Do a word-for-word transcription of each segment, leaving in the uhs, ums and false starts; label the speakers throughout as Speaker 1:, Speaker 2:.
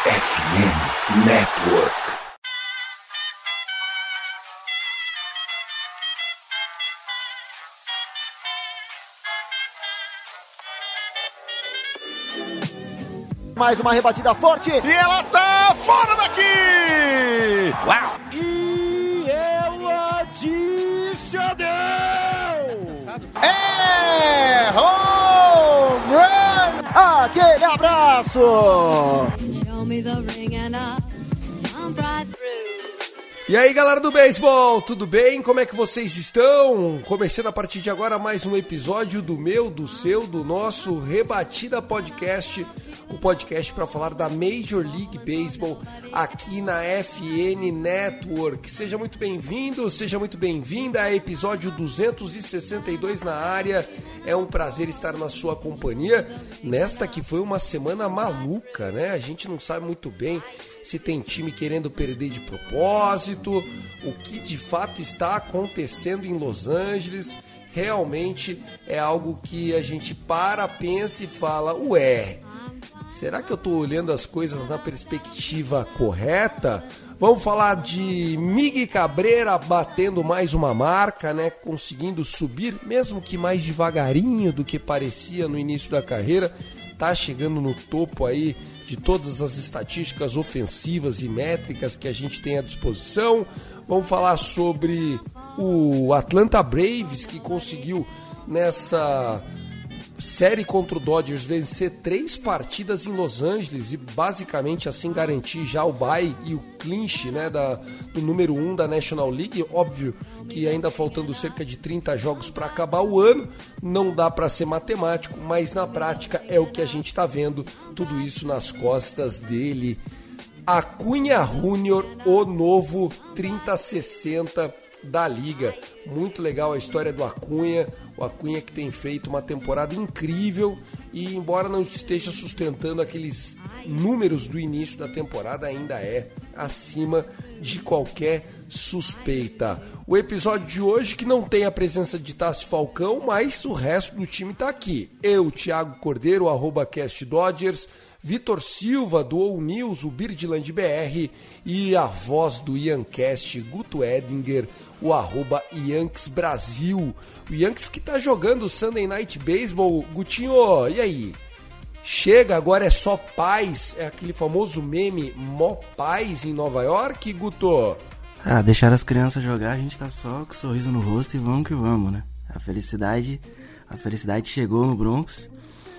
Speaker 1: F M Network.
Speaker 2: Mais uma rebatida forte.
Speaker 3: E ela tá fora daqui!
Speaker 2: Uau! E ela desceu!
Speaker 3: É home run!
Speaker 2: Aquele abraço!
Speaker 4: Show me the ring and I'll jump right through.
Speaker 5: E aí, galera do beisebol, tudo bem? Como é que vocês estão? Começando a partir de agora mais um episódio do meu, do seu, do nosso Rebatida Podcast, o podcast para falar da Major League Baseball aqui na F N Network. Seja muito bem-vindo, seja muito bem-vinda a episódio duzentos e sessenta e dois na área. É um prazer estar na sua companhia nesta que foi uma semana maluca, né? A gente não sabe muito bem se tem time querendo perder de propósito, o que de fato está acontecendo em Los Angeles. Realmente é algo que a gente para, pensa e fala, ué, será que eu estou olhando as coisas na perspectiva correta? Vamos falar de Miggy Cabrera batendo mais uma marca, né? Conseguindo subir, mesmo que mais devagarinho do que parecia no início da carreira. Tá chegando no topo aí de todas as estatísticas ofensivas e métricas que a gente tem à disposição. Vamos falar sobre o Atlanta Braves, que conseguiu nessa série contra o Dodgers vencer três partidas em Los Angeles e basicamente assim garantir já o bye e o clinch, né, da, do número um da National League. Óbvio que ainda faltando cerca de trinta jogos para acabar o ano, não dá para ser matemático, mas na prática é o que a gente está vendo, tudo isso nas costas dele. Acuña Júnior, o novo trinta sessenta da liga. Muito legal a história do Acuña, o Acuña que tem feito uma temporada incrível e embora não esteja sustentando aqueles números do início da temporada, ainda é acima de qualquer suspeita. O episódio de hoje que não tem a presença de Tássio Falcão, mas o resto do time tá aqui. Eu, Thiago Cordeiro, arroba Cast Dodgers, Vitor Silva, do All News, o Birdland B R, e a voz do Yancast, Guto Edinger, o arroba Yankees Brasil. O Yankees que tá jogando o Sunday Night Baseball. Gutinho, e aí? Chega, agora é só paz? É aquele famoso meme Mó Paz em Nova York, Guto?
Speaker 6: Ah, deixar as crianças jogar, a gente tá só com sorriso no rosto e vamos que vamos, né? A felicidade, a felicidade chegou no Bronx.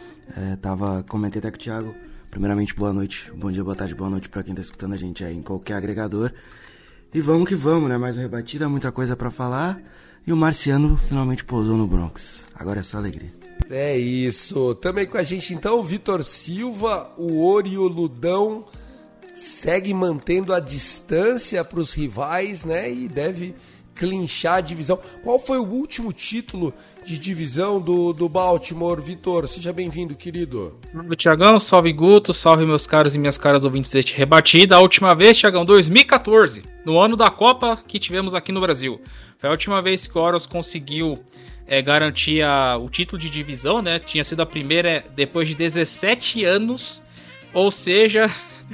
Speaker 6: É, tava, comentei até com o Thiago. Primeiramente, boa noite, bom dia, boa tarde, boa noite pra quem tá escutando a gente aí em qualquer agregador. E vamos que vamos, né? Mais uma rebatida, muita coisa pra falar. E o Marciano finalmente pousou no Bronx. Agora é só alegria.
Speaker 5: É isso. Também com a gente então, o Vitor Silva, o Orioludão, segue mantendo a distância pros rivais, né? E deve clinchar a divisão. Qual foi o último título de divisão do, do Baltimore, Vitor? Seja bem-vindo, querido.
Speaker 7: Salve, Thiagão. Salve, Guto. Salve, meus caros e minhas caras ouvintes deste Rebatida. A última vez, Thiagão, dois mil e catorze, no ano da Copa que tivemos aqui no Brasil. Foi a última vez que o Orioles conseguiu é, garantir a, o título de divisão, né? Tinha sido a primeira depois de dezessete anos, ou seja,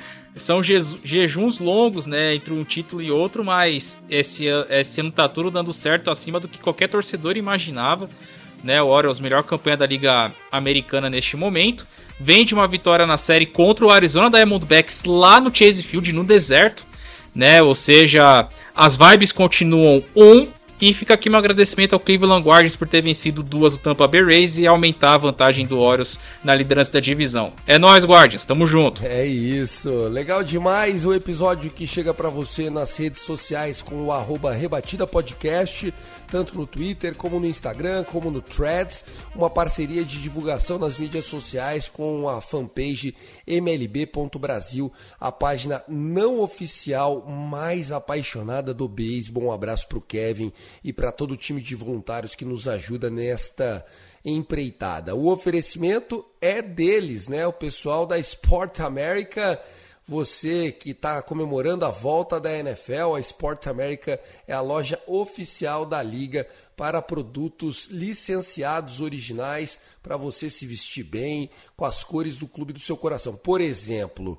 Speaker 7: são jeju, jejuns longos, né, entre um título e outro, mas esse, esse ano tá tudo dando certo acima do que qualquer torcedor imaginava, né? O Orioles, melhor campanha da Liga Americana neste momento, vem de uma vitória na série contra o Arizona Diamondbacks lá no Chase Field, no deserto, né? Ou seja, as vibes continuam on. E fica aqui meu agradecimento ao Cleveland Guardians por ter vencido duas do Tampa Bay Rays e aumentar a vantagem do Orioles na liderança da divisão. É nóis, Guardians, tamo junto.
Speaker 5: É isso, legal demais o episódio que chega pra você nas redes sociais com o arroba Rebatida Podcast, tanto no Twitter como no Instagram, como no Threads, uma parceria de divulgação nas mídias sociais com a fanpage M L B ponto Brasil, a página não oficial mais apaixonada do beisebol. Um abraço pro Kevin e para todo o time de voluntários que nos ajuda nesta empreitada. O oferecimento é deles, né? O pessoal da Sport America. Você que está comemorando a volta da N F L, a Sport America é a loja oficial da liga para produtos licenciados originais para você se vestir bem com as cores do clube do seu coração. Por exemplo,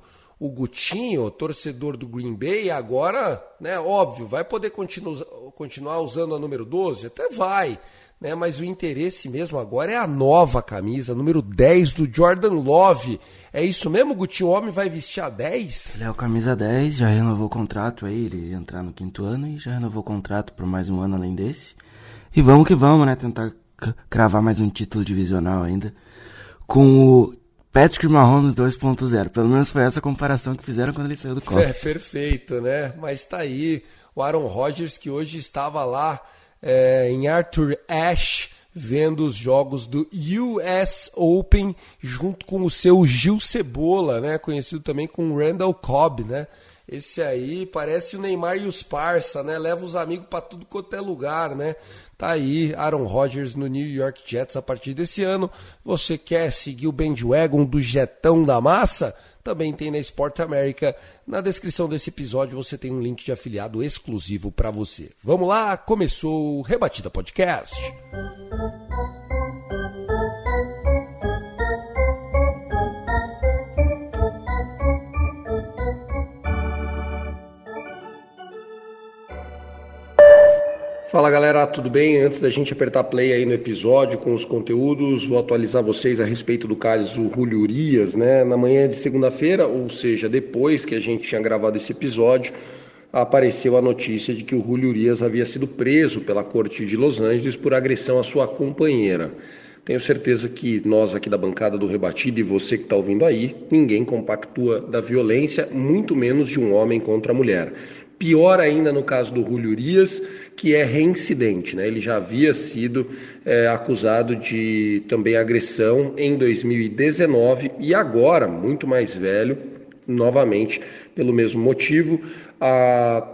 Speaker 5: o Gutinho, torcedor do Green Bay, agora, né, óbvio, vai poder continu- continuar usando a número doze? Até vai, né, mas o interesse mesmo agora é a nova camisa, número dez do Jordan Love. É isso mesmo, Gutinho? O homem vai vestir a dez?
Speaker 6: Ele é o camisa dez, já renovou o contrato aí, ele ia entrar no quinto ano e já renovou o contrato por mais um ano além desse. E vamos que vamos, né, tentar c- cravar mais um título divisional ainda com o Patrick Mahomes dois ponto zero. Pelo menos foi essa comparação que fizeram quando ele saiu do college.
Speaker 5: É, perfeito, né? Mas tá aí o Aaron Rodgers, que hoje estava lá é, em Arthur Ashe, vendo os jogos do U S Open, junto com o seu Gil Cebola, né? Conhecido também como Randall Cobb, né? Esse aí parece o Neymar e os parça, né? Leva os amigos pra tudo quanto é lugar, né? Tá aí Aaron Rodgers no New York Jets a partir desse ano. Você quer seguir o bandwagon do Jetão da Massa? Também tem na Sport America. Na descrição desse episódio você tem um link de afiliado exclusivo para você. Vamos lá, começou o Rebatida Podcast. Fala galera, tudo bem? Antes da gente apertar play aí no episódio com os conteúdos, vou atualizar vocês a respeito do caso Julio Urias, né? Na manhã de segunda-feira, ou seja, depois que a gente tinha gravado esse episódio, apareceu a notícia de que o Julio Urias havia sido preso pela corte de Los Angeles por agressão à sua companheira. Tenho certeza que nós aqui da bancada do Rebatido e você que está ouvindo aí, ninguém compactua da violência, muito menos de um homem contra a mulher. Pior ainda no caso do Julio Urias, que é reincidente, né? Ele já havia sido é, acusado de também agressão em dois mil e dezenove e agora, muito mais velho, novamente, pelo mesmo motivo. A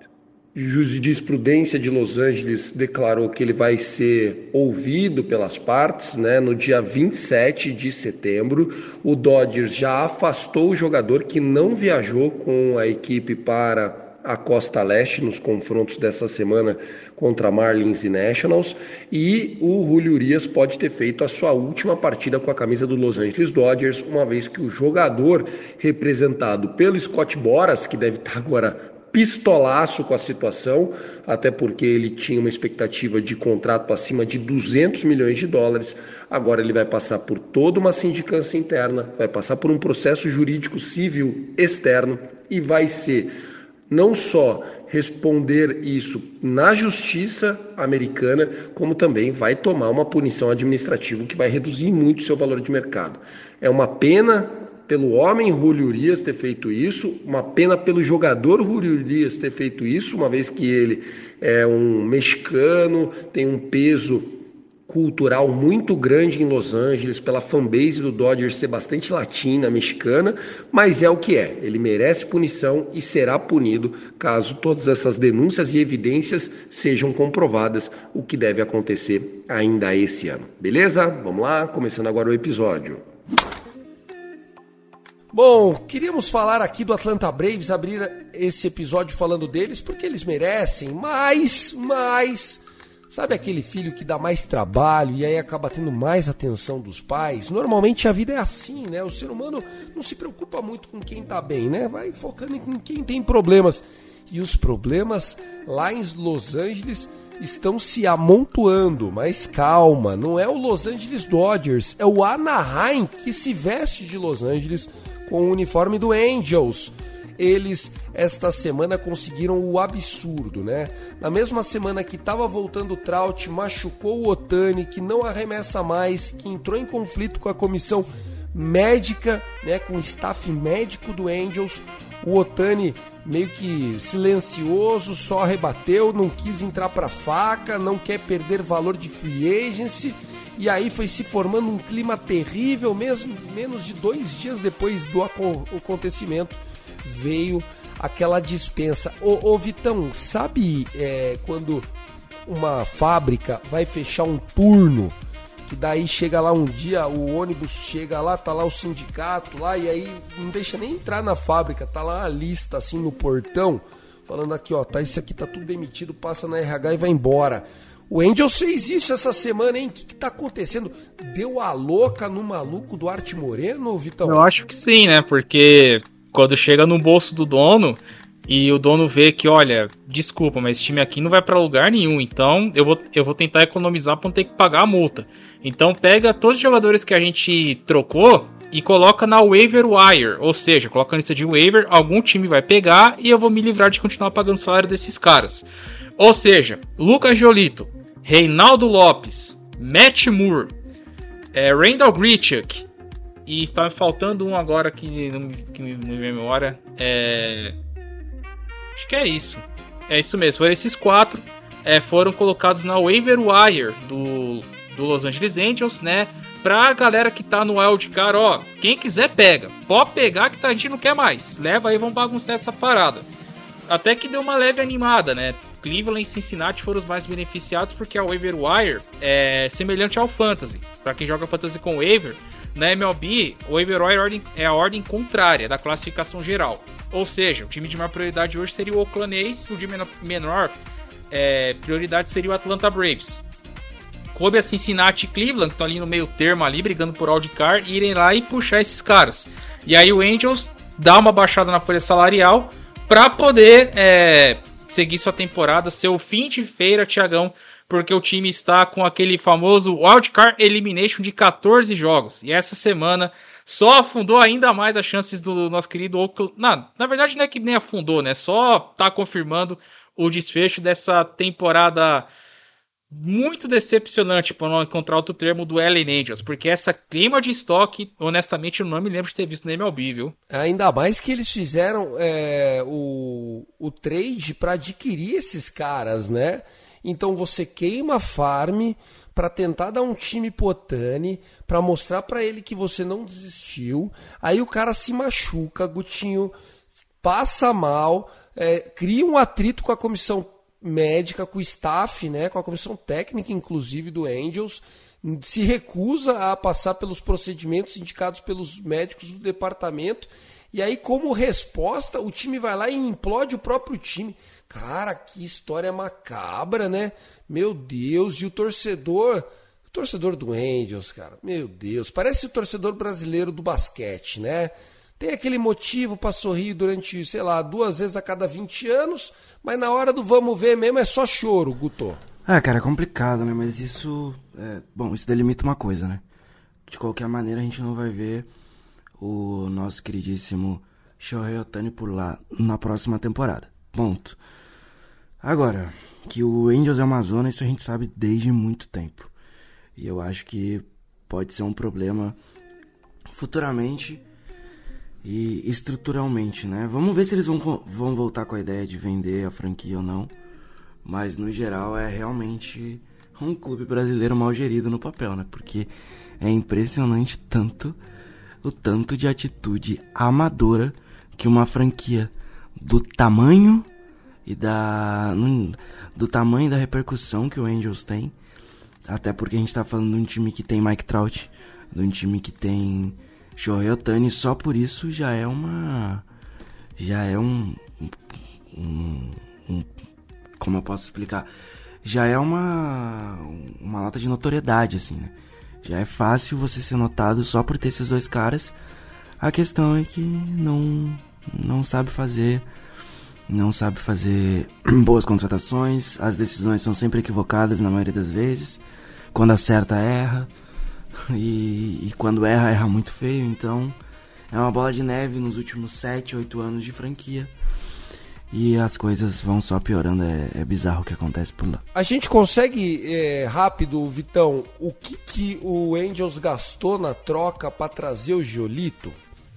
Speaker 5: jurisprudência de Los Angeles declarou que ele vai ser ouvido pelas partes, né, no dia vinte e sete de setembro. O Dodgers já afastou o jogador que não viajou com a equipe para a Costa Leste nos confrontos dessa semana contra Marlins e Nationals, e o Julio Urias pode ter feito a sua última partida com a camisa do Los Angeles Dodgers, uma vez que o jogador representado pelo Scott Boras, que deve estar agora pistolaço com a situação, até porque ele tinha uma expectativa de contrato acima de duzentos milhões de dólares, agora ele vai passar por toda uma sindicância interna, vai passar por um processo jurídico civil externo e vai ser não só responder isso na justiça americana, como também vai tomar uma punição administrativa que vai reduzir muito o seu valor de mercado. É uma pena pelo homem Julio Urias ter feito isso, uma pena pelo jogador Julio Urias ter feito isso, uma vez que ele é um mexicano, tem um peso cultural muito grande em Los Angeles, pela fanbase do Dodgers ser bastante latina, mexicana, mas é o que é. Ele merece punição e será punido caso todas essas denúncias e evidências sejam comprovadas, o que deve acontecer ainda esse ano. Beleza? Vamos lá, começando agora o episódio. Bom, queríamos falar aqui do Atlanta Braves, abrir esse episódio falando deles, porque eles merecem, mas, mas... Sabe aquele filho que dá mais trabalho e aí acaba tendo mais atenção dos pais? Normalmente a vida é assim, né? O ser humano não se preocupa muito com quem tá bem, né? Vai focando em quem tem problemas. E os problemas lá em Los Angeles estão se amontoando, mas calma, não é o Los Angeles Dodgers, é o Anaheim que se veste de Los Angeles com o uniforme do Angels. Eles, esta semana, conseguiram o absurdo, né? Na mesma semana que estava voltando o Trout, machucou o Ohtani, que não arremessa mais, que entrou em conflito com a comissão médica, né, com o staff médico do Angels. O Ohtani meio que silencioso, só rebateu, não quis entrar para faca, não quer perder valor de free agency. E aí foi se formando um clima terrível, mesmo menos de dois dias depois do acontecimento. Veio aquela dispensa. Ô, ô Vitão, sabe é, quando uma fábrica vai fechar um turno, que daí chega lá um dia, o ônibus chega lá, tá lá o sindicato lá, e aí não deixa nem entrar na fábrica, tá lá a lista assim no portão, falando aqui, ó, tá, isso aqui tá tudo demitido, passa na R H e vai embora. O Angels fez isso essa semana, hein? O que, que tá acontecendo? Deu a louca no maluco do Arte Moreno, Vitão?
Speaker 7: Eu acho que sim, né? Porque quando chega no bolso do dono e o dono vê que, olha, desculpa, mas esse time aqui não vai pra lugar nenhum, então eu vou, eu vou tentar economizar pra não ter que pagar a multa. Então pega todos os jogadores que a gente trocou e coloca na waiver wire, ou seja, coloca na lista de waiver, algum time vai pegar e eu vou me livrar de continuar pagando o salário desses caras. Ou seja, Lucas Giolito, Reinaldo Lopes, Matt Moore, é, Randall Grichuk, e tá me faltando um agora que não me, que me, me memória, é... acho que é isso, é isso mesmo, foram esses quatro, é, foram colocados na waiver wire do, do Los Angeles Angels, né, pra galera que tá no wildcard, ó, quem quiser pega, pode pegar que tá, a gente não quer mais, leva aí, vamos bagunçar essa parada. Até que deu uma leve animada, né? Cleveland e Cincinnati foram os mais beneficiados porque a waiver wire é semelhante ao Fantasy. Para quem joga Fantasy com waiver, na M L B, o waiver wire é a ordem contrária da classificação geral. Ou seja, o time de maior prioridade hoje seria o Oakland A's, o de menor é, prioridade seria o Atlanta Braves. Coube a Cincinnati e Cleveland, que estão ali no meio termo, ali brigando por wildcard, irem lá e puxar esses caras. E aí o Angels dá uma baixada na folha salarial para poder é, seguir sua temporada, seu fim de feira, Thiagão, porque o time está com aquele famoso Wildcard Elimination de quatorze jogos. E essa semana só afundou ainda mais as chances do nosso querido Oakland. Não, na verdade não é que nem afundou, né? Só tá confirmando o desfecho dessa temporada muito decepcionante, para não encontrar outro termo, do L A Angels, porque essa queima de estoque, honestamente, eu não me lembro de ter visto na M L B, viu?
Speaker 5: Ainda mais que eles fizeram é, o, o trade para adquirir esses caras, né? Então você queima a farm para tentar dar um time pro Ohtani, para mostrar para ele que você não desistiu, aí o cara se machuca, Gutinho passa mal, é, cria um atrito com a comissão médica, com o staff, né, com a comissão técnica, inclusive, do Angels, se recusa a passar pelos procedimentos indicados pelos médicos do departamento, e aí, como resposta, o time vai lá e implode o próprio time. Cara, que história macabra, né? Meu Deus, e o torcedor, o torcedor do Angels, cara, meu Deus, parece o torcedor brasileiro do basquete, né? Tem aquele motivo para sorrir durante, sei lá, duas vezes a cada vinte anos, mas na hora do vamos ver mesmo é só choro, Guto.
Speaker 6: Ah, cara, é complicado, né? Mas isso, é, bom, isso delimita uma coisa, né? De qualquer maneira, a gente não vai ver o nosso queridíssimo Shohei Ohtani por lá na próxima temporada. Ponto. Agora, que o Angels é uma zona, isso a gente sabe desde muito tempo. E eu acho que pode ser um problema futuramente e estruturalmente, né? Vamos ver se eles vão, vão voltar com a ideia de vender a franquia ou não. Mas, no geral, é realmente um clube brasileiro mal gerido no papel, né? Porque é impressionante tanto, o tanto de atitude amadora que uma franquia do tamanho e da... do tamanho e da repercussão que o Angels tem. Até porque a gente tá falando de um time que tem Mike Trout, de um time que tem Shohei Ohtani, só por isso já é uma... já é um... um, um como eu posso explicar? Já é uma... uma nota de notoriedade, assim, né? Já é fácil você ser notado só por ter esses dois caras. A questão é que não, não sabe fazer... não sabe fazer boas contratações, as decisões são sempre equivocadas na maioria das vezes, quando acerta erra, e, e quando erra, erra muito feio, então é uma bola de neve nos últimos sete, oito anos de franquia, e as coisas vão só piorando, é, é bizarro o que acontece por lá.
Speaker 5: A gente consegue, é, rápido, Vitão, o que, que o Angels gastou na troca para trazer o Giolito?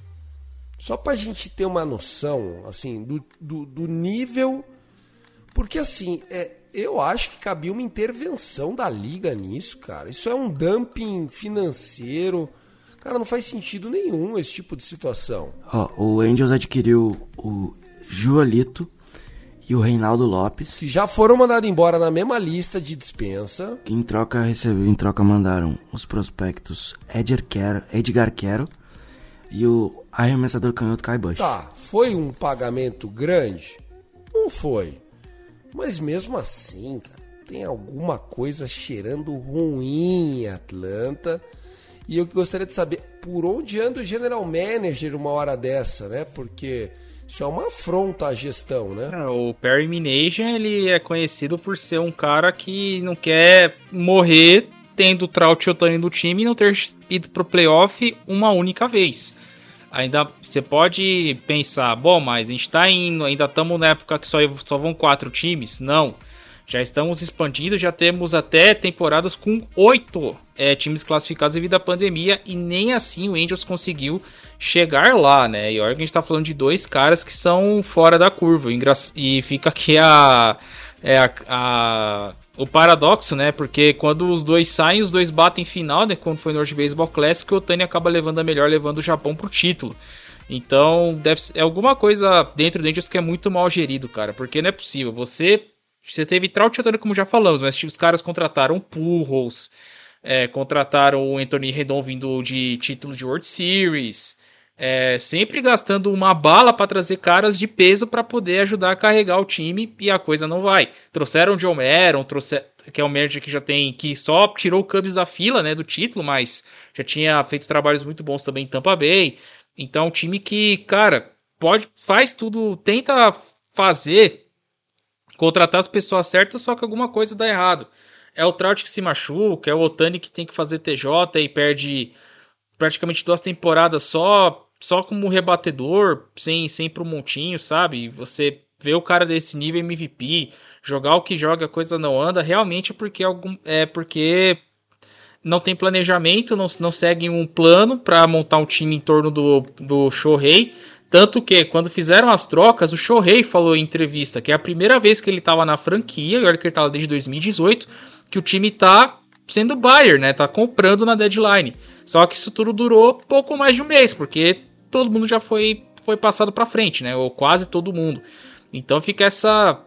Speaker 5: Só pra gente ter uma noção, assim, do, do, do nível... Porque, assim, é, eu acho que cabia uma intervenção da liga nisso, cara. Isso é um dumping financeiro. Cara, não faz sentido nenhum esse tipo de situação.
Speaker 6: Ó, o Angels adquiriu o Giolito e o Reinaldo Lopes.
Speaker 5: Que já foram mandados embora na mesma lista de dispensa.
Speaker 6: Em troca, recebeu, em troca mandaram os prospectos Edgar Quero, Edgar Quero e o arremessador canhoto Kai Bush.
Speaker 5: Tá, foi um pagamento grande? Não foi. Mas mesmo assim, cara, tem alguma coisa cheirando ruim em Atlanta. E eu gostaria de saber, por onde anda o general manager uma hora dessa, né? Porque isso é uma afronta à gestão, né?
Speaker 7: É, o Perry Minasian, ele é conhecido por ser um cara que não quer morrer tendo o Trout e o Ohtani no time e não ter ido pro playoff uma única vez. Ainda você pode pensar, bom, mas a gente tá indo, ainda estamos na época que só, só vão quatro times? Não. Já estamos expandindo, já temos até temporadas com oito é, times classificados devido à pandemia e nem assim o Angels conseguiu chegar lá, né? E olha que a gente tá falando de dois caras que são fora da curva. E fica aqui a, é, a, a, o paradoxo, né? Porque quando os dois saem, os dois batem final, né? Quando foi no World Baseball Classic, o Ohtani acaba levando a melhor, levando o Japão pro título. Então, deve ser, é alguma coisa dentro do Angels que é muito mal gerido, cara. Porque não é possível. Você... Você teve Trout e Ohtani, como já falamos, mas os caras contrataram Pujols, é, contrataram o Anthony Rendon vindo de título de World Series, é, sempre gastando uma bala para trazer caras de peso para poder ajudar a carregar o time e a coisa não vai. Trouxeram o John Maron, trouxer, que é um manager que já tem, que só tirou o Cubs da fila, né, do título, mas já tinha feito trabalhos muito bons também em Tampa Bay. Então, um time que, cara, pode, faz tudo, tenta fazer... contratar as pessoas certas, só que alguma coisa dá errado. É o Trout que se machuca, é o Ohtani que tem que fazer T J e perde praticamente duas temporadas só, só como rebatedor, sem, sem pro montinho, sabe? Você vê o cara desse nível M V P, jogar o que joga, a coisa não anda, realmente é porque, algum, é porque não tem planejamento, não, não seguem um plano para montar um time em torno do, do Shohei. Tanto que, quando fizeram as trocas, o Shohei falou em entrevista que é a primeira vez que ele estava na franquia, agora que ele estava desde dois mil e dezoito, que o time está sendo buyer, né? Tá comprando na deadline. Só que isso tudo durou pouco mais de um mês, porque todo mundo já foi, foi passado para frente, né? Ou quase todo mundo. Então fica essa,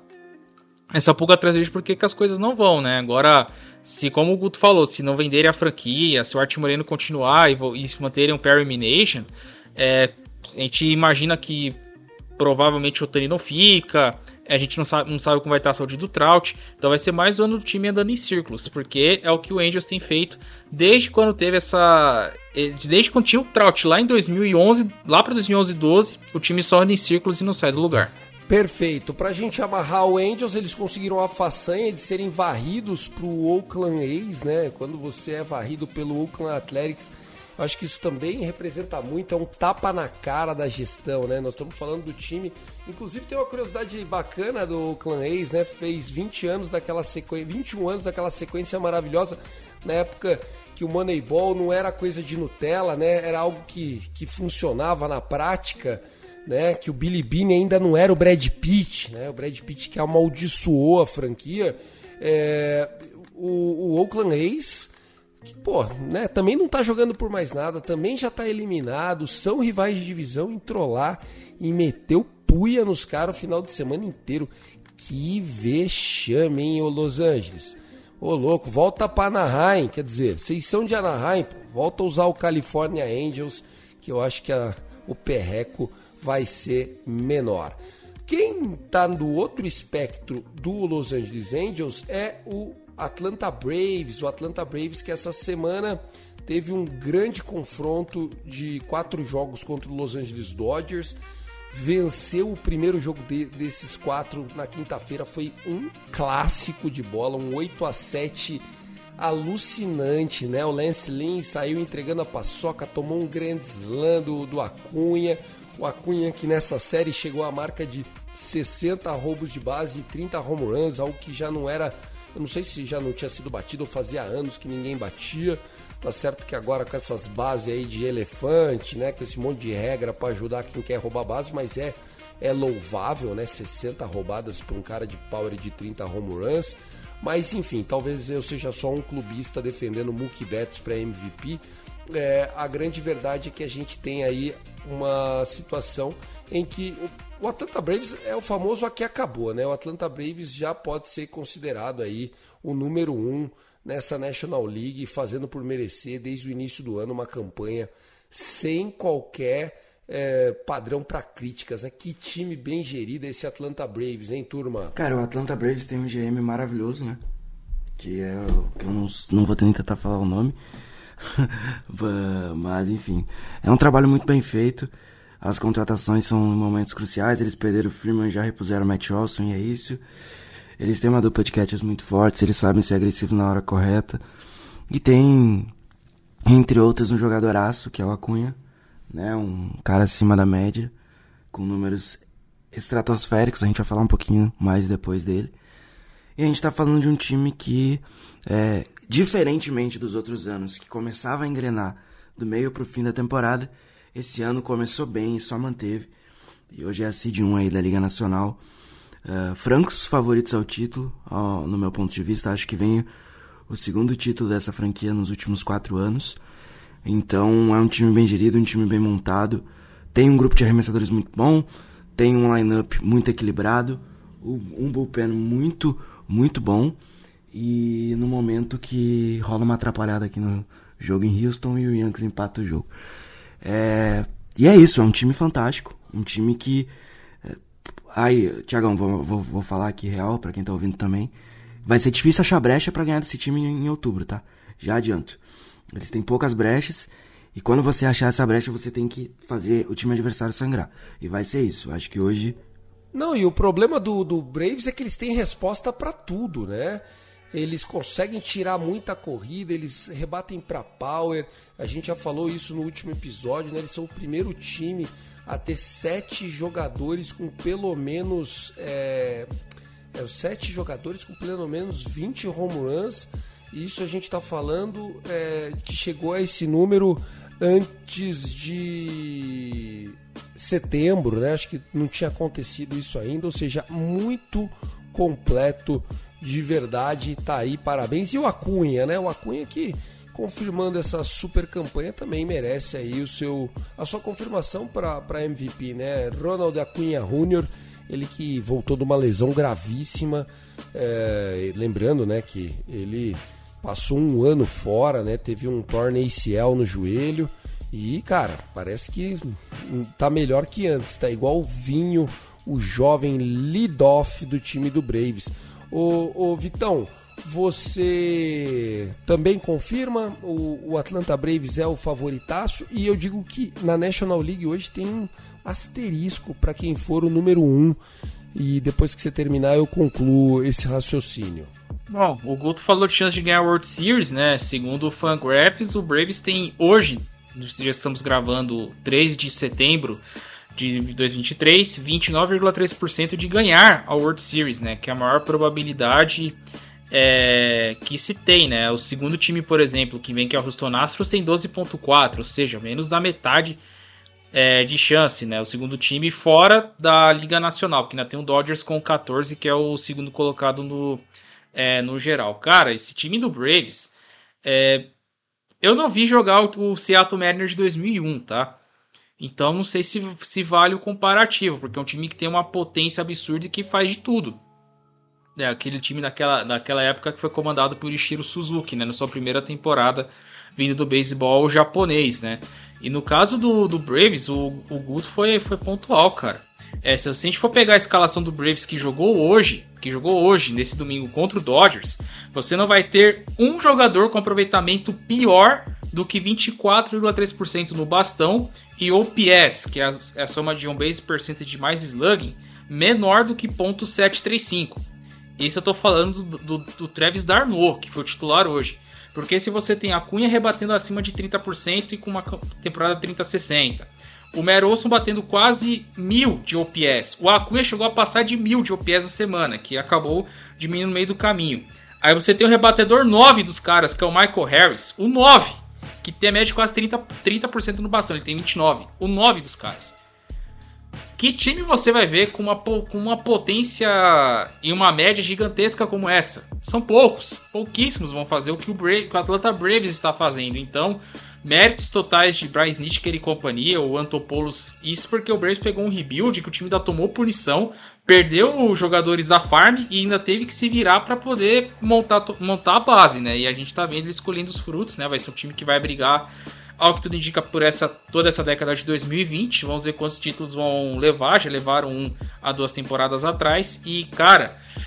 Speaker 7: essa pulga atrás de porque que as coisas não vão, né? Agora, se como o Guto falou, se não venderem a franquia, se o Arte Moreno continuar e, e se manterem um Perry Minasian, é... a gente imagina que provavelmente o Ohtani não fica, a gente não sabe, não sabe como vai estar a saúde do Trout, então vai ser mais um ano do time andando em círculos, porque é o que o Angels tem feito desde quando teve essa... Desde quando tinha o Trout lá em dois mil e onze, lá para dois mil e onze, doze, o time só anda em círculos e não sai do lugar.
Speaker 5: Perfeito. Pra gente amarrar o Angels, eles conseguiram a façanha de serem varridos pro Oakland A's, né? Quando você é varrido pelo Oakland Athletics, acho que isso também representa muito, é um tapa na cara da gestão, né? Nós estamos falando do time, inclusive tem uma curiosidade bacana do Oakland A's, né? Fez vinte anos daquela sequência, vinte e um anos daquela sequência maravilhosa, na época que o Moneyball não era coisa de Nutella, né? Era algo que, que funcionava na prática, né? Que o Billy Beane ainda não era o Brad Pitt, né? O Brad Pitt que amaldiçoou a franquia. É, o, o Oakland A's, que, pô, né, também não tá jogando por mais nada, também já tá eliminado, são rivais de divisão, entrolar e meteu puia nos caras o final de semana inteiro. Que vexame, hein, ô Los Angeles. Ô louco, volta pra Anaheim, quer dizer, vocês são de Anaheim, pô, volta a usar o California Angels, que eu acho que a, o perreco vai ser menor. Quem tá no outro espectro do Los Angeles Angels é o Atlanta Braves, o Atlanta Braves que essa semana teve um grande confronto de quatro jogos contra o Los Angeles Dodgers, venceu o primeiro jogo de, desses quatro na quinta-feira, foi um clássico de bola, um oito a sete alucinante, né? O Lance Lynn saiu entregando a paçoca, tomou um grande slam do, do Acunha, o Acunha que nessa série chegou à marca de sessenta roubos de base e trinta home runs, algo que já não era... Eu não sei se já não tinha sido batido ou fazia anos que ninguém batia. Tá certo que agora com essas bases aí de elefante, né? Com esse monte de regra para ajudar quem quer roubar base, mas é, é louvável, né? sessenta roubadas por um cara de power de trinta home runs. Mas enfim, talvez eu seja só um clubista defendendo Mookie Betts para M V P. É, a grande verdade é que a gente tem aí uma situação em que o Atlanta Braves é o famoso aqui acabou, né? O Atlanta Braves já pode ser considerado aí o número um nessa National League, fazendo por merecer desde o início do ano uma campanha sem qualquer é, padrão para críticas, né? Que time bem gerido é esse Atlanta Braves, hein, turma?
Speaker 6: Cara, o Atlanta Braves tem um G M maravilhoso, né? Que é o que eu não, não vou tentar falar o nome. Mas, enfim, é um trabalho muito bem feito. As contratações são em momentos cruciais. Eles perderam o Freeman, já repuseram o Matt Olson, e é isso. Eles têm uma dupla de catchers muito fortes, eles sabem ser agressivos na hora correta. E tem, entre outros, um jogadoraço, que é o Acunha, né? Um cara acima da média, com números estratosféricos. A gente vai falar um pouquinho mais depois dele. E a gente tá falando de um time que, é, diferentemente dos outros anos, que começava a engrenar do meio pro fim da temporada, esse ano começou bem e só manteve. E hoje é a seed um aí da Liga Nacional. Uh, francos favoritos ao título, ó, no meu ponto de vista. Acho que vem o segundo título dessa franquia nos últimos quatro anos. Então é um time bem gerido, um time bem montado. Tem um grupo de arremessadores muito bom. Tem um line-up muito equilibrado. Um bullpen muito, muito bom. E no momento que rola uma atrapalhada aqui no jogo em Houston e o Yankees empata o jogo. É, e é isso, é um time fantástico, um time que... É, aí, Thiagão, vou, vou, vou falar aqui real pra quem tá ouvindo também. Vai ser difícil achar brecha pra ganhar desse time em, em outubro, tá? Já adianto. Eles têm poucas brechas e quando você achar essa brecha você tem que fazer o time adversário sangrar. E vai ser isso, acho que hoje...
Speaker 5: Não, e o problema do, do Braves é que eles têm resposta pra tudo, né? Eles conseguem tirar muita corrida, eles rebatem para power. A gente já falou isso no último episódio, né? Eles são o primeiro time a ter sete jogadores com pelo menos é, é, sete jogadores com pelo menos vinte home runs. E isso a gente está falando é, que chegou a esse número antes de setembro, né? Acho que não tinha acontecido isso ainda, ou seja, muito completo. De verdade, tá aí, parabéns. E o Acunha, né? O Acunha que, confirmando essa super campanha, também merece aí o seu, a sua confirmação para M V P, né? Ronald Acunha Júnior, ele que voltou de uma lesão gravíssima, é, lembrando, né, que ele passou um ano fora, né? Teve um torn A C L no joelho e, cara, parece que tá melhor que antes, tá igual o Vinho, o jovem lead-off do time do Braves. Ô, ô Vitão, você também confirma o, o Atlanta Braves é o favoritaço? E eu digo que na National League hoje tem um asterisco para quem for o número um. E depois que você terminar eu concluo esse raciocínio.
Speaker 7: Bom, o Guto falou de chance de ganhar a World Series, né? Segundo o Fangraphs, o Braves tem hoje, já estamos gravando três de setembro de dois mil e vinte e três, vinte e nove vírgula três por cento de ganhar a World Series, né? Que é a maior probabilidade é, que se tem, né? O segundo time, por exemplo, que vem que é o Houston Astros, tem doze vírgula quatro, ou seja, menos da metade é, de chance, né? O segundo time fora da Liga Nacional, porque ainda tem o Dodgers com catorze, que é o segundo colocado no, é, no geral. Cara, esse time do Braves, é, eu não vi jogar o, o Seattle Mariners de dois mil e um, tá? Então não sei se, se vale o comparativo, porque é um time que tem uma potência absurda e que faz de tudo. É aquele time naquela, naquela época que foi comandado por Ichiro Suzuki, né, na sua primeira temporada, vindo do beisebol japonês, né? E no caso do, do Braves, o, o Guto foi, foi pontual, cara. É, se a gente for pegar a escalação do Braves que jogou hoje, que jogou hoje, nesse domingo, contra o Dodgers, você não vai ter um jogador com aproveitamento pior do que vinte e quatro vírgula três por cento no bastão e O P S, que é a, é a soma de on-base percentage mais slugging, menor do que ponto setecentos e trinta e cinco. Isso eu tô falando do, do, do Travis d'Arnaud, que foi o titular hoje. Porque se você tem a Acunha rebatendo acima de trinta por cento e com uma temporada trinta a sessenta, o Matt Olson batendo quase mil de O P S, o Acunha chegou a passar de mil de O P S na semana, que acabou diminuindo no meio do caminho. Aí você tem o rebatedor nove dos caras, que é o Michael Harris, o nove, que tem a média de quase trinta, trinta por cento no bastão, ele tem vinte e nove, o nove dos caras. Que time você vai ver com uma, com uma potência e uma média gigantesca como essa? São poucos, pouquíssimos vão fazer o que o, Bra- que o Atlanta Braves está fazendo. Então, méritos totais de Brian Snitker e companhia, o Antopoulos, isso porque o Braves pegou um rebuild que o time ainda tomou punição, perdeu os jogadores da farm e ainda teve que se virar para poder montar, montar a base, né? E a gente tá vendo ele escolhendo os frutos, né? Vai ser um time que vai brigar, ao que tudo indica, por essa, toda essa década de dois mil e vinte. Vamos ver quantos títulos vão levar. Já levaram um há duas temporadas atrás. E, cara,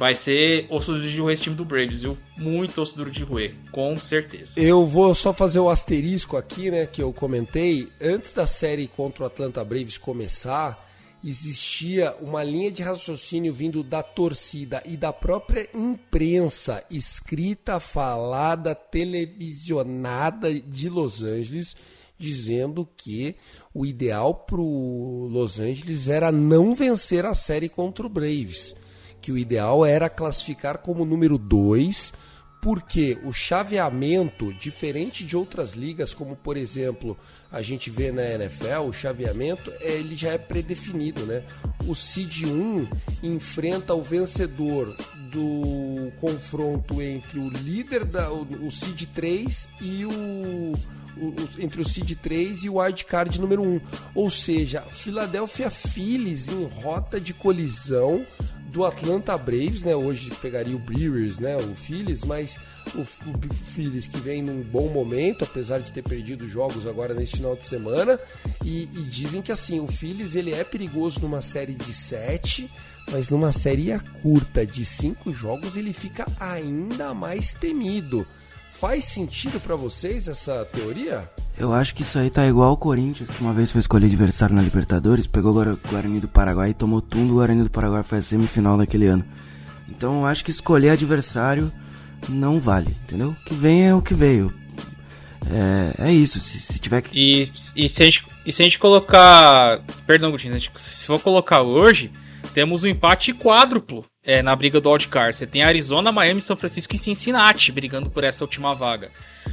Speaker 7: vai ser osso duro de roer esse time do Braves, viu? Muito osso duro de roer, com certeza.
Speaker 5: Eu vou só fazer o asterisco aqui, né, que eu comentei. Antes da série contra o Atlanta Braves começar, existia uma linha de raciocínio vindo da torcida e da própria imprensa, escrita, falada, televisionada de Los Angeles, dizendo que o ideal para o Los Angeles era não vencer a série contra o Braves, que o ideal era classificar como número dois, porque o chaveamento, diferente de outras ligas, como por exemplo a gente vê na N F L, o chaveamento ele já é predefinido, né? O seed um enfrenta o vencedor do confronto entre o líder, da, o, o seed três e o, o, entre o seed três e o wildcard número um. Ou seja, Philadelphia Phillies em rota de colisão do Atlanta Braves, né? Hoje pegaria o Brewers, né? O Phillies, mas o, o Phillies que vem num bom momento, apesar de ter perdido jogos agora nesse final de semana, e, e dizem que assim, o Phillies ele é perigoso numa série de sete, mas numa série curta de cinco jogos ele fica ainda mais temido. Faz sentido pra vocês essa teoria?
Speaker 6: Eu acho que isso aí tá igual o Corinthians, que uma vez foi escolher adversário na Libertadores, pegou o Guarani do Paraguai e tomou tudo. O Guarani do Paraguai foi a semifinal daquele ano. Então eu acho que escolher adversário não vale, entendeu? O que vem é o que veio. É, é isso, se, se tiver que...
Speaker 7: E, e, se a gente, e se a gente colocar... Perdão, Gutinho, se for colocar hoje, temos um empate quádruplo é, na briga do wildcard. Você tem Arizona, Miami, São Francisco e Cincinnati brigando por essa última vaga.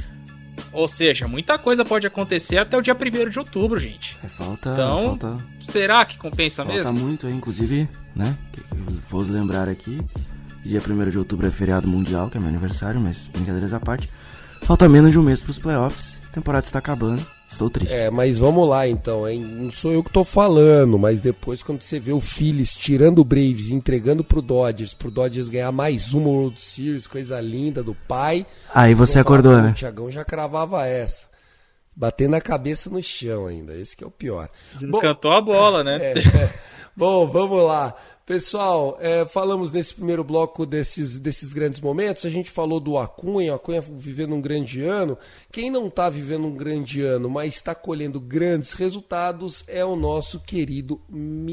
Speaker 7: Ou seja, muita coisa pode acontecer até o dia primeiro de outubro, gente.
Speaker 6: É, falta,
Speaker 7: então,
Speaker 6: falta,
Speaker 7: será que compensa
Speaker 6: falta
Speaker 7: mesmo?
Speaker 6: Falta muito, inclusive, né? Que, que vou lembrar aqui, dia primeiro de outubro é feriado mundial, que é meu aniversário, mas brincadeiras à parte. Falta menos de um mês para os playoffs, a temporada está acabando, estou triste.
Speaker 5: É, mas vamos lá então, hein? Não sou eu que tô falando, mas depois quando você vê o Phillies tirando o Braves e entregando pro Dodgers, pro Dodgers ganhar mais uma World Series, coisa linda do pai.
Speaker 6: Aí você acordou,
Speaker 5: falar,
Speaker 6: né?
Speaker 5: O Thiagão já cravava essa. Batendo a cabeça no chão ainda, esse que é o pior.
Speaker 7: Cantou a bola, né?
Speaker 5: É, é. Bom, vamos lá. Pessoal, é, falamos nesse primeiro bloco desses, desses grandes momentos, a gente falou do Acunha, o Acunha vivendo um grande ano. Quem não está vivendo um grande ano, mas está colhendo grandes resultados é o nosso querido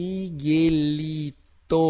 Speaker 5: Miguelito.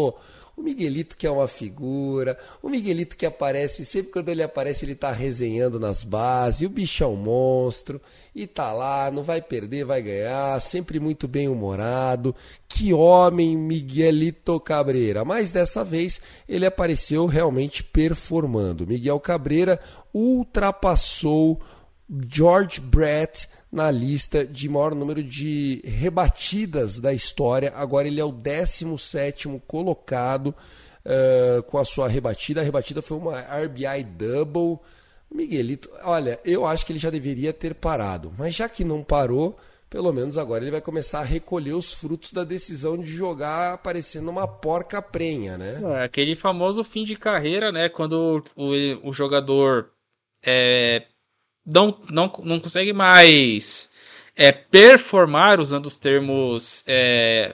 Speaker 5: O Miguelito que é uma figura, o Miguelito que aparece, sempre quando ele aparece ele tá resenhando nas bases, o bicho é um monstro, e tá lá, não vai perder, vai ganhar, sempre muito bem humorado. Que homem, Miguelito Cabreira, mas dessa vez ele apareceu realmente performando. Miguel Cabreira ultrapassou George Brett na lista de maior número de rebatidas da história. Agora ele é o décimo sétimo colocado uh, com a sua rebatida. A rebatida foi uma R B I double. Miguelito, olha, eu acho que ele já deveria ter parado, mas já que não parou, pelo menos agora ele vai começar a recolher os frutos da decisão de jogar parecendo uma porca prenha, né?
Speaker 7: É aquele famoso fim de carreira, né? Quando o, o jogador é, não, não, não consegue mais é, performar, usando os termos é,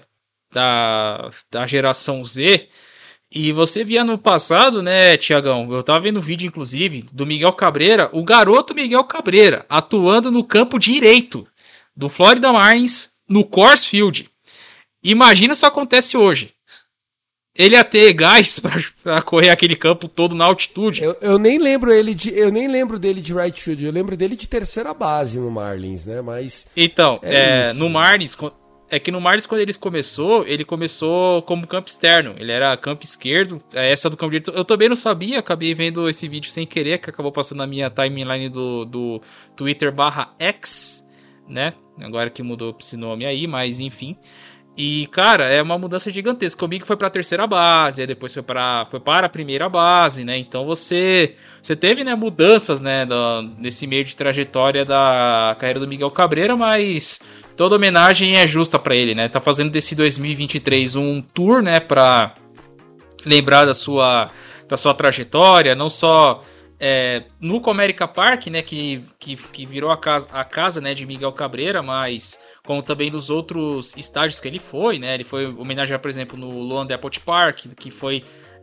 Speaker 7: da, da geração Z. E você via no passado, né, Tiagão? Eu tava vendo um vídeo, inclusive, do Miguel Cabreira, o garoto Miguel Cabreira, atuando no campo direito do Florida Marlins, no Coors Field. Imagina se isso acontece hoje. Ele ia ter gás pra, pra correr aquele campo todo na altitude.
Speaker 5: Eu, eu, nem lembro ele de, eu nem lembro dele de right field, eu lembro dele de terceira base no Marlins, né? Mas
Speaker 7: então,
Speaker 5: é
Speaker 7: é, no Marlins, é que no Marlins, quando ele começou, ele começou como campo externo. Ele era campo esquerdo, essa do campo direito. Eu também não sabia, acabei vendo esse vídeo sem querer, que acabou passando na minha timeline do, do Twitter barra X, né? Agora que mudou esse nome aí, mas enfim. E, cara, é uma mudança gigantesca. O Mig foi pra terceira base, aí depois foi, pra, foi para a primeira base, né? Então você, você teve, né, mudanças, né, do, nesse meio de trajetória da carreira do Miguel Cabreira, mas toda homenagem é justa pra ele, né? Tá fazendo desse dois mil e vinte e três um tour, né, pra lembrar da sua, da sua trajetória, não só é, no Comerica Park, né, que, que, que virou a casa, a casa, né, de Miguel Cabreira, mas como também nos outros estádios que ele foi, né? Ele foi homenageado, por exemplo, no Luan Depot Park, que foi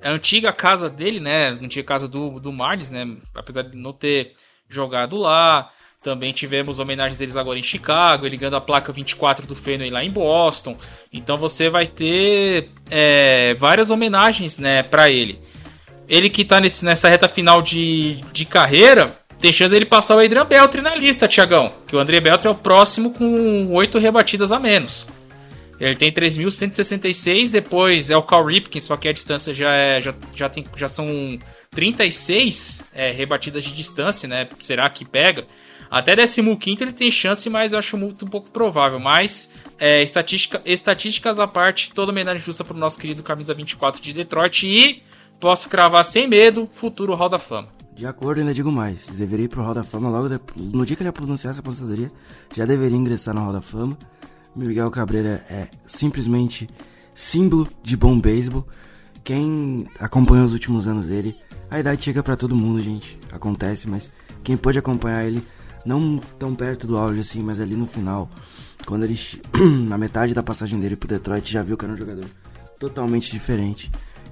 Speaker 7: a antiga casa dele, né? A antiga casa do, do Marlins, né? Apesar de não ter jogado lá. Também tivemos homenagens deles agora em Chicago, ele ganhando a placa vinte e quatro do Fenway lá em Boston. Então você vai ter é, várias homenagens, né, pra ele. Ele que tá nesse, nessa reta final de, de carreira, tem chance de ele passar o Adrian Beltre na lista, Thiagão. Que o André Beltre é o próximo com oito rebatidas a menos. Ele tem três mil cento e sessenta e seis, depois é o Cal Ripken, só que a distância já, é, já, já, tem, já são trinta e seis é, rebatidas de distância, né? Será que pega? Até décimo quinto ele tem chance, mas eu acho muito um pouco provável. Mas, é, estatística, estatísticas à parte, toda homenagem justa pro nosso querido camisa vinte e quatro de Detroit. E posso cravar sem medo, futuro Hall da Fama.
Speaker 6: De acordo, ainda digo mais. Deveria ir pro Hall da Fama logo depois, no dia que ele anunciar essa aposentadoria, já deveria ingressar no Hall da Fama. Miguel Cabreira é simplesmente símbolo de bom beisebol. Quem acompanhou os últimos anos dele, a idade chega pra todo mundo, gente. Acontece, mas quem pôde acompanhar ele, não tão perto do auge assim, mas ali no final, quando ele, na metade da passagem dele pro Detroit, já viu que era um jogador totalmente diferente.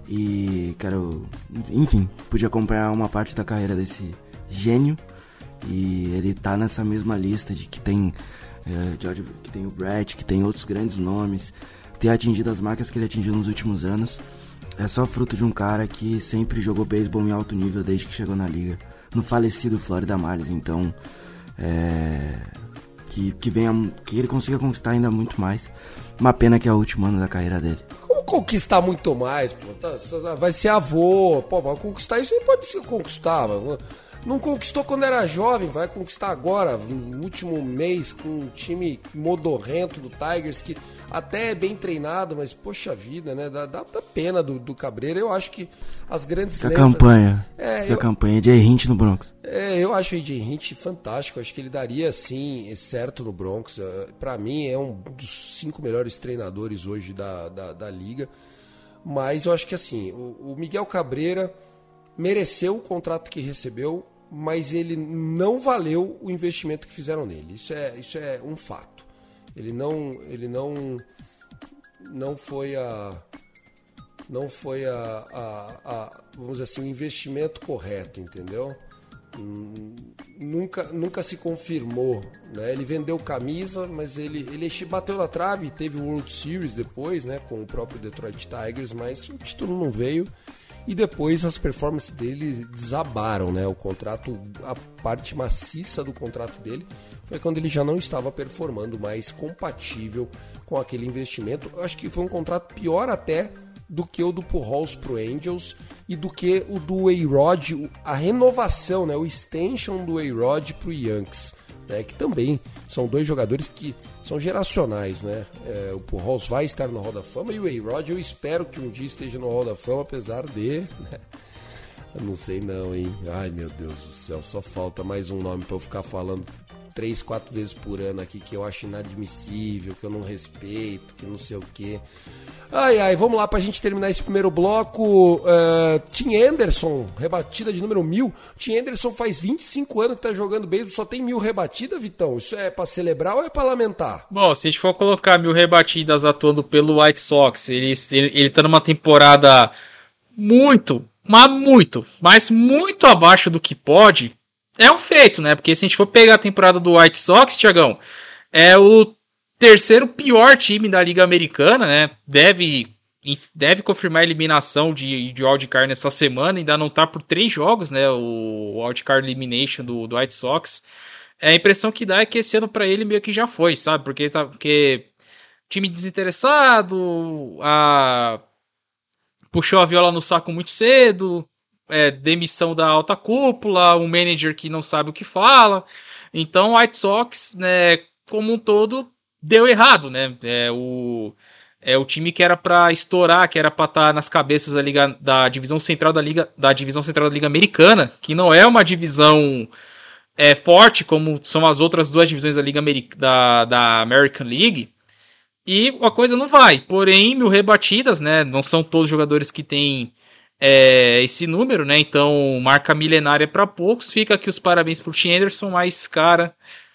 Speaker 6: E quero, enfim, pude acompanhar uma parte da carreira desse gênio. E ele tá nessa mesma lista de que tem é, George, que tem o Brett, que tem outros grandes nomes. Ter atingido as marcas que ele atingiu nos últimos anos é só fruto de um cara que sempre jogou beisebol em alto nível desde que chegou na liga, no falecido Florida Marlins. Então É, que, que, venha, que ele consiga conquistar ainda muito mais. Uma pena que é o último ano da carreira dele.
Speaker 5: Como conquistar muito mais, pô? Tá, vai ser avô, pô, mas conquistar isso aí pode ser conquistar, mano. Não conquistou quando era jovem, vai conquistar agora, no último mês, com um time modorrento do Tigers, que até é bem treinado, mas poxa vida, né? Dá, dá, dá pena do, do Cabreira. Eu acho que as grandes
Speaker 6: lendas... A campanha,
Speaker 5: é,
Speaker 6: a campanha de Hint no Bronx.
Speaker 5: É, eu acho o A J Hint fantástico, acho que ele daria, sim, certo no Bronx. Pra mim, é um dos cinco melhores treinadores hoje da, da, da liga. Mas eu acho que, assim, o, o Miguel Cabreira mereceu o contrato que recebeu, mas ele não valeu o investimento que fizeram nele. Isso é, isso é um fato. Ele não, ele não, não foi a, não foi a, a, a, vamos dizer assim, o investimento correto, entendeu? Nunca, nunca se confirmou, né? Ele vendeu camisa, mas ele, ele bateu na trave, teve o World Series depois, né, com o próprio Detroit Tigers, mas o título não veio. E depois as performances dele desabaram, né? O contrato, a parte maciça do contrato dele foi quando ele já não estava performando mais compatível com aquele investimento. Eu acho que foi um contrato pior até do que o do Pujols pro Angels e do que o do A-Rod, a renovação, né? O extension do A-Rod pro Yankees, né? Que também são dois jogadores que são geracionais, né? É, o Pujols vai estar no Hall da Fama e o A-Rod eu espero que um dia esteja no Hall da Fama, apesar de... Né? Eu não sei não, hein? Ai, meu Deus do céu, só falta mais um nome para eu ficar falando três, quatro vezes por ano aqui que eu acho inadmissível, que eu não respeito, que não sei o quê. Ai, ai, vamos lá pra gente terminar esse primeiro bloco. Uh, Tim Anderson, rebatida de número mil. Tim Anderson faz vinte e cinco anos que tá jogando beisebol, só tem mil rebatidas, Vitão? Isso é pra celebrar ou é pra lamentar?
Speaker 7: Bom, se a gente for colocar mil rebatidas atuando pelo White Sox, ele, ele, ele tá numa temporada muito, mas muito, mas muito abaixo do que pode, é um feito, né? Porque se a gente for pegar a temporada do White Sox, Thiagão, é o terceiro pior time da Liga Americana, né? Deve, deve confirmar a eliminação de, de wildcard nessa semana. Ainda não tá por três jogos, né? O wildcard elimination do, do White Sox. É, a impressão que dá é que esse ano pra ele meio que já foi, sabe? Porque, tá, porque time desinteressado, a... puxou a viola no saco muito cedo, é, demissão da alta cúpula, um manager que não sabe o que fala. Então o White Sox, né, como um todo, deu errado, né? É o, é o time que era pra estourar, que era pra estar nas cabeças da, Liga, da divisão central da Liga, da divisão central da Liga Americana, que não é uma divisão é, forte como são as outras duas divisões da Liga America, da, da American League. E a coisa não vai. Porém, mil rebatidas, né? Não são todos jogadores que têm é, esse número, né? Então, marca milenária para poucos. Fica aqui os parabéns pro Tim Anderson, mas, cara,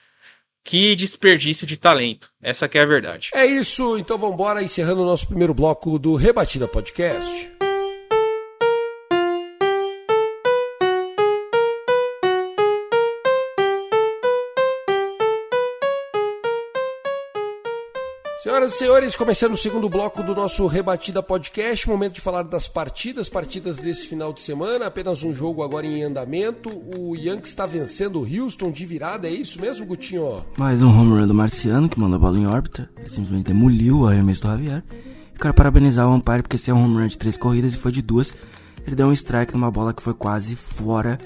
Speaker 7: que desperdício de talento. Essa que é a verdade.
Speaker 5: É isso, então vamos embora, encerrando o nosso primeiro bloco do Rebatida Podcast. Senhoras e senhores, começando o segundo bloco do nosso Rebatida Podcast, momento de falar das partidas, partidas desse final de semana, apenas um jogo agora em andamento, o Yankees está vencendo o Houston de virada, é isso mesmo, Gutinho?
Speaker 6: Mais um home run do Marciano, que mandou a bola em órbita, ele simplesmente demoliu o arremesso do Javier. Eu quero parabenizar o umpire, porque esse é um home run de três corridas e foi de duas, ele deu um strike numa bola que foi quase fora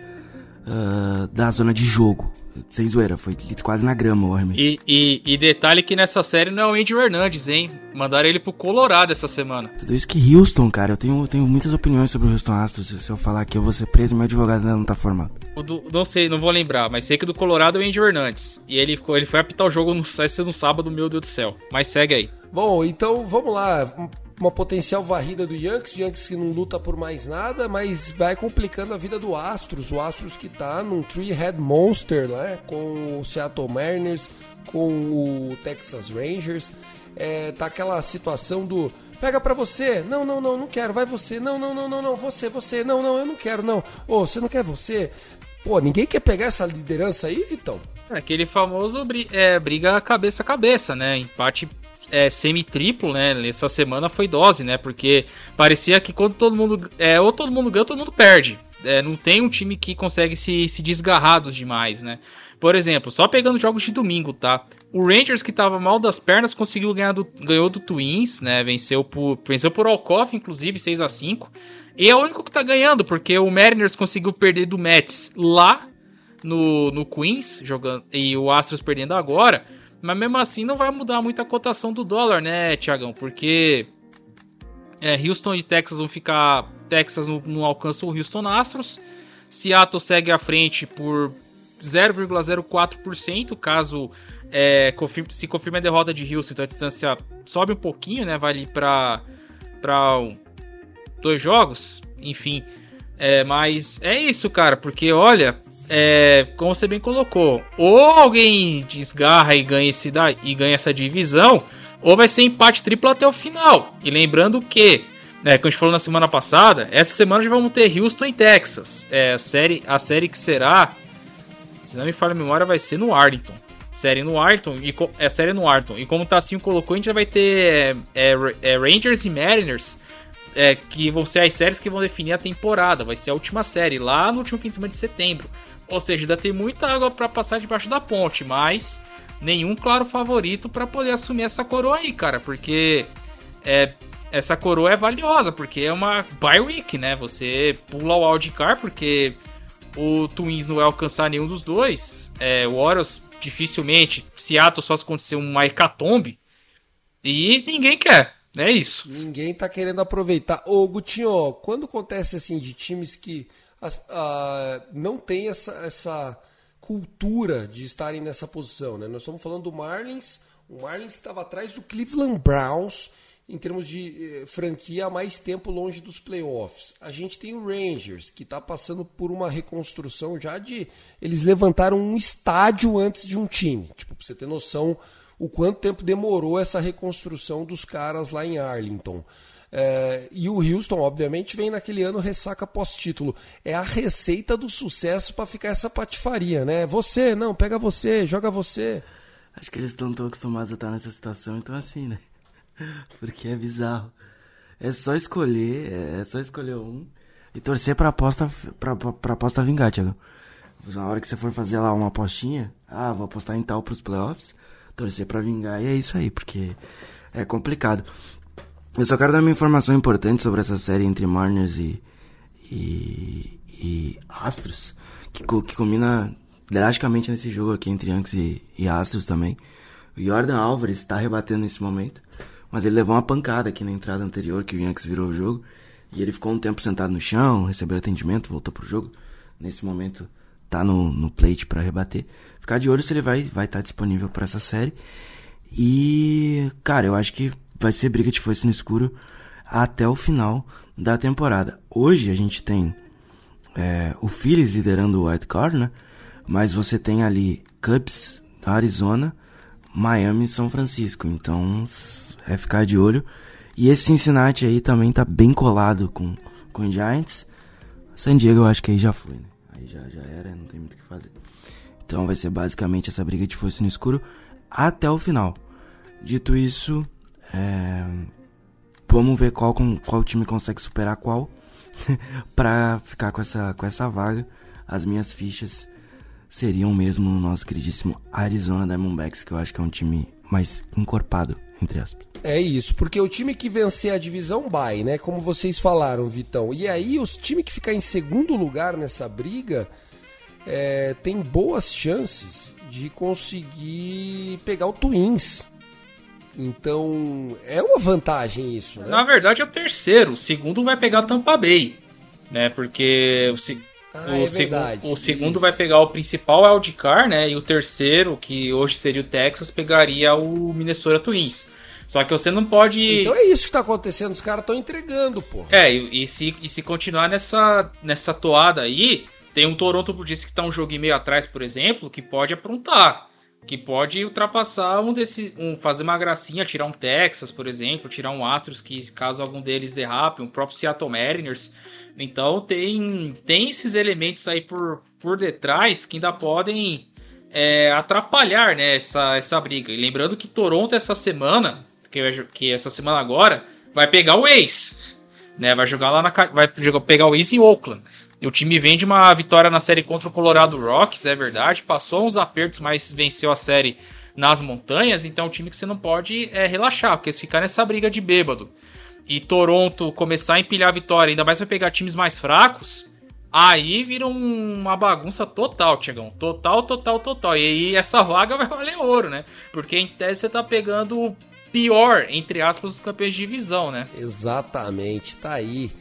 Speaker 6: uh, da zona de jogo. Sem zoeira, foi quase na grama o arremesso.
Speaker 7: E, e, e detalhe que nessa série não é o Andy Hernandez, hein? Mandaram ele pro Colorado essa semana.
Speaker 6: Tudo isso que Houston, cara, eu tenho, tenho muitas opiniões sobre o Houston Astros. Se eu falar aqui eu vou ser preso e meu advogado ainda não tá formado.
Speaker 7: O do, não sei, não vou lembrar, mas sei que o do Colorado é o Andy Hernandez. E ele, ele foi apitar o jogo no, no sábado, meu Deus do céu. Mas segue aí.
Speaker 5: Bom, então vamos lá. Uma potencial varrida do Yankees, o Yankees que não luta por mais nada, mas vai complicando a vida do Astros, o Astros que tá num three-head monster, né, com o Seattle Mariners, com o Texas Rangers, é, tá aquela situação do, pega pra você, não, não, não, não quero, vai você, não, não, não, não, não, você, você, não, não, eu não quero, não, ô, oh, você não quer você, pô, ninguém quer pegar essa liderança aí, Vitão?
Speaker 7: Aquele famoso é, briga cabeça a cabeça, né, empate É, semi-triplo, né? Essa semana foi dose, né? Porque parecia que quando todo mundo... É, ou todo mundo ganha ou todo mundo perde. É, não tem um time que consegue se, se desgarrar dos demais, né? Por exemplo, só pegando jogos de domingo, tá? O Rangers, que tava mal das pernas, conseguiu ganhar do, ganhou do Twins, né? Venceu por, venceu por Alcoff, inclusive, seis a cinco. E é o único que tá ganhando, porque o Mariners conseguiu perder do Mets lá no, no Queens, jogando, e o Astros perdendo agora. Mas mesmo assim não vai mudar muito a cotação do dólar, né, Thiagão? Porque é, Houston e Texas vão ficar... Texas não, não alcança o Houston Astros. Seattle segue à frente por zero vírgula zero quatro por cento. Caso é, confirme, se confirme a derrota de Houston, então a distância sobe um pouquinho, né? Vai ali para um, dois jogos. Enfim, é, mas é isso, cara. Porque, olha... É, como você bem colocou, ou alguém desgarra e ganha, esse da, e ganha essa divisão, ou vai ser empate triplo até o final. E lembrando que, né, como a gente falou na semana passada, essa semana já vamos ter Houston e Texas. É, a, série, a série que será, se não me falha a memória, vai ser no Arlington. Série no Arlington, e, é série no Arlington. E como o Tassinho colocou, a gente já vai ter é, é, Rangers e Mariners, é, que vão ser as séries que vão definir a temporada. Vai ser a última série, lá no último fim de semana de setembro. Ou seja, ainda tem muita água para passar debaixo da ponte, mas nenhum claro favorito para poder assumir essa coroa aí, cara, porque é, essa coroa é valiosa, porque é uma bye week, né? Você pula o wildcard, porque o Twins não vai alcançar nenhum dos dois, é, o Orioles dificilmente, Seattle só se acontecer uma hecatombe, e ninguém quer, é isso.
Speaker 5: Ninguém tá querendo aproveitar. Ô, Gutinho, quando acontece assim de times que Uh, não tem essa, essa cultura de estarem nessa posição, né? Nós estamos falando do Marlins, o Marlins que estava atrás do Cleveland Browns em termos de eh, franquia há mais tempo longe dos playoffs. A gente tem o Rangers, que está passando por uma reconstrução já de... Eles levantaram um estádio antes de um time, tipo, para você ter noção o quanto tempo demorou essa reconstrução dos caras lá em Arlington. É, e o Houston, obviamente, vem naquele ano ressaca pós-título. É a receita do sucesso para ficar essa patifaria, né? Você, não, pega você, joga você.
Speaker 6: Acho que eles estão tão acostumados a estar nessa situação, então assim, né? Porque é bizarro. É só escolher, é só escolher um e torcer pra aposta, pra, pra, pra aposta vingar, Thiago. Na hora que você for fazer lá uma apostinha, ah, vou apostar em tal pros playoffs, torcer pra vingar, e é isso aí, porque é complicado. Eu só quero dar uma informação importante sobre essa série entre Mariners e, e, e Astros, que, que combina drasticamente nesse jogo aqui entre Yankees e, e Astros também. O Jordan Álvares está rebatendo nesse momento, mas ele levou uma pancada aqui na entrada anterior, que o Yankees virou o jogo, e ele ficou um tempo sentado no chão, recebeu atendimento, voltou pro jogo. Nesse momento tá no, no plate para rebater. Ficar de olho se ele vai vai estar disponível para essa série. E, cara, eu acho que vai ser briga de foice no escuro até o final da temporada. Hoje a gente tem é, o Phillies liderando o wild card, né? Mas você tem ali Cubs da Arizona, Miami e São Francisco. Então é ficar de olho. E esse Cincinnati aí também tá bem colado com, com o Giants. San Diego eu acho que aí já foi, né? Aí já, já era, não tem muito o que fazer. Então vai ser basicamente essa briga de foice no escuro até o final. Dito isso, é... vamos ver qual, qual time consegue superar qual pra ficar com essa, com essa vaga. As minhas fichas seriam mesmo no nosso queridíssimo Arizona Diamondbacks, que eu acho que é um time mais encorpado, entre aspas.
Speaker 5: É isso, porque o time que vencer a divisão vai, né? Como vocês falaram, Vitão. E aí, os time que ficar em segundo lugar nessa briga é, tem boas chances de conseguir pegar o Twins. Então, é uma vantagem isso, né?
Speaker 7: Na verdade, é o terceiro. O segundo vai pegar Tampa Bay, né? Porque o, se...
Speaker 5: ah,
Speaker 7: o,
Speaker 5: é
Speaker 7: segu...
Speaker 5: verdade,
Speaker 7: o segundo
Speaker 5: isso.
Speaker 7: vai pegar o principal wildcard, né? E o terceiro, que hoje seria o Texas, pegaria o Minnesota Twins. Só que você não pode...
Speaker 5: Então é isso que tá acontecendo, os caras estão entregando, pô.
Speaker 7: É, e, e, se, e se continuar nessa, nessa toada aí, tem um Toronto Blue Jays que tá um jogo e meio atrás, por exemplo, que pode aprontar. Que pode ultrapassar um desses... Um, fazer uma gracinha, tirar um Texas, por exemplo, tirar um Astros, que caso algum deles derrape, um próprio Seattle Mariners. Então tem, tem esses elementos aí por, por detrás que ainda podem é, atrapalhar, né, essa, essa briga. E lembrando que Toronto essa semana... Que, que essa semana agora vai pegar o Ace, né? Vai jogar lá na vai jogar, pegar o Ace em Oakland. E o time vem de uma vitória na série contra o Colorado Rockies, é verdade. Passou uns apertos, mas venceu a série nas montanhas. Então é um time que você não pode é, relaxar, porque se ficar nessa briga de bêbado e Toronto começar a empilhar a vitória, ainda mais vai pegar times mais fracos, aí vira um, uma bagunça total, Tiagão. Total, total, total. E aí essa vaga vai valer ouro, né? Porque em tese você tá pegando pior, entre aspas, os campeões de divisão, né?
Speaker 5: Exatamente, tá aí.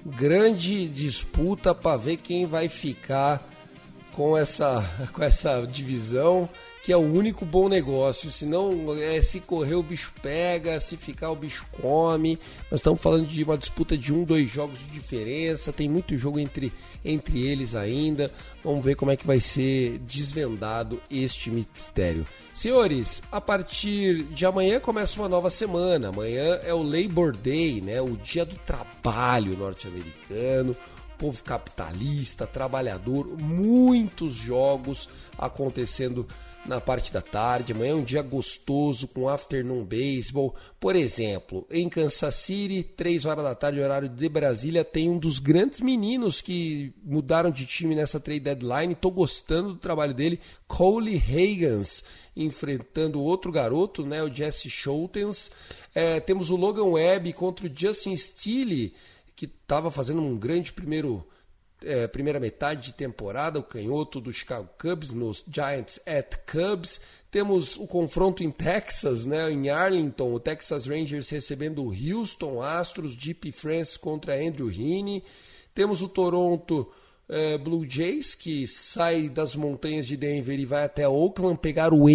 Speaker 5: Grande disputa para ver quem vai ficar com essa, com essa divisão, que é o único bom negócio. Se não, é, se correr o bicho pega, se ficar o bicho come. Nós estamos falando de uma disputa de um, dois jogos de diferença. Tem muito jogo entre, entre eles ainda. Vamos ver como é que vai ser desvendado este mistério. Senhores, a partir de amanhã começa uma nova semana. Amanhã é o Labor Day, né? O dia do trabalho norte-americano. Povo capitalista, trabalhador, muitos jogos acontecendo na parte da tarde. Amanhã é um dia gostoso com afternoon baseball. Por exemplo, em Kansas City, três horas da tarde, horário de Brasília, tem um dos grandes meninos que mudaram de time nessa trade deadline. Estou gostando do trabalho dele, Cole Hagans, enfrentando outro garoto, né, o Jesse Schultens. É, temos o Logan Webb contra o Justin Steele, que estava fazendo um grande primeiro, é, primeira metade de temporada, o canhoto do Chicago Cubs nos Giants at Cubs. Temos o confronto em Texas, né, em Arlington, o Texas Rangers recebendo o Houston Astros, J P Francis contra Andrew Heaney. Temos o Toronto é, Blue Jays, que sai das montanhas de Denver e vai até Oakland pegar o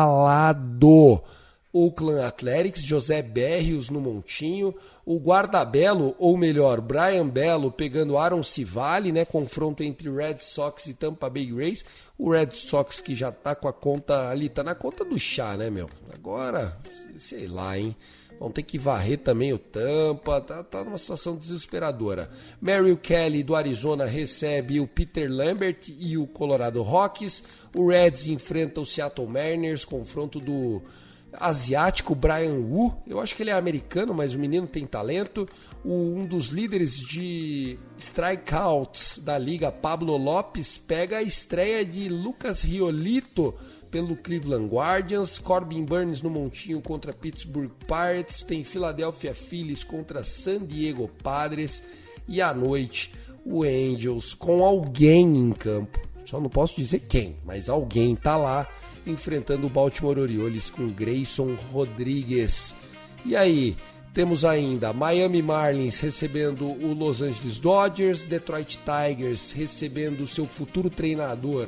Speaker 5: embalado Oakland Athletics, José Berrios no montinho, o Guarda Belo, ou melhor, Brian Belo pegando Aaron Civale, né, confronto entre Red Sox e Tampa Bay Rays. O Red Sox que já tá com a conta ali, tá na conta do chá, né, meu? Agora, sei lá, hein? Vão ter que varrer também o Tampa, tá, tá numa situação desesperadora. Merrill Kelly do Arizona recebe o Peter Lambert e o Colorado Rockies. O Reds enfrenta o Seattle Mariners, confronto do asiático Brian Wu. Eu acho que ele é americano, mas o menino tem talento. O, um dos líderes de strikeouts da liga, Pablo Lopes, pega a estreia de Lucas Riolito pelo Cleveland Guardians. Corbin Burns no montinho contra Pittsburgh Pirates. Tem Philadelphia Phillies contra San Diego Padres. E à noite o Angels com alguém em campo. Só não posso dizer quem, mas alguém tá lá enfrentando o Baltimore Orioles com Grayson Rodrigues. E aí, temos ainda Miami Marlins recebendo o Los Angeles Dodgers, Detroit Tigers recebendo o seu futuro treinador.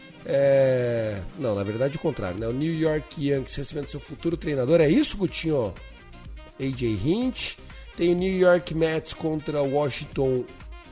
Speaker 5: É... Não, na verdade o contrário, né? O New York Yankees recebendo seu futuro treinador. É isso, Gutinho? A J Hinch. Tem o New York Mets contra o Washington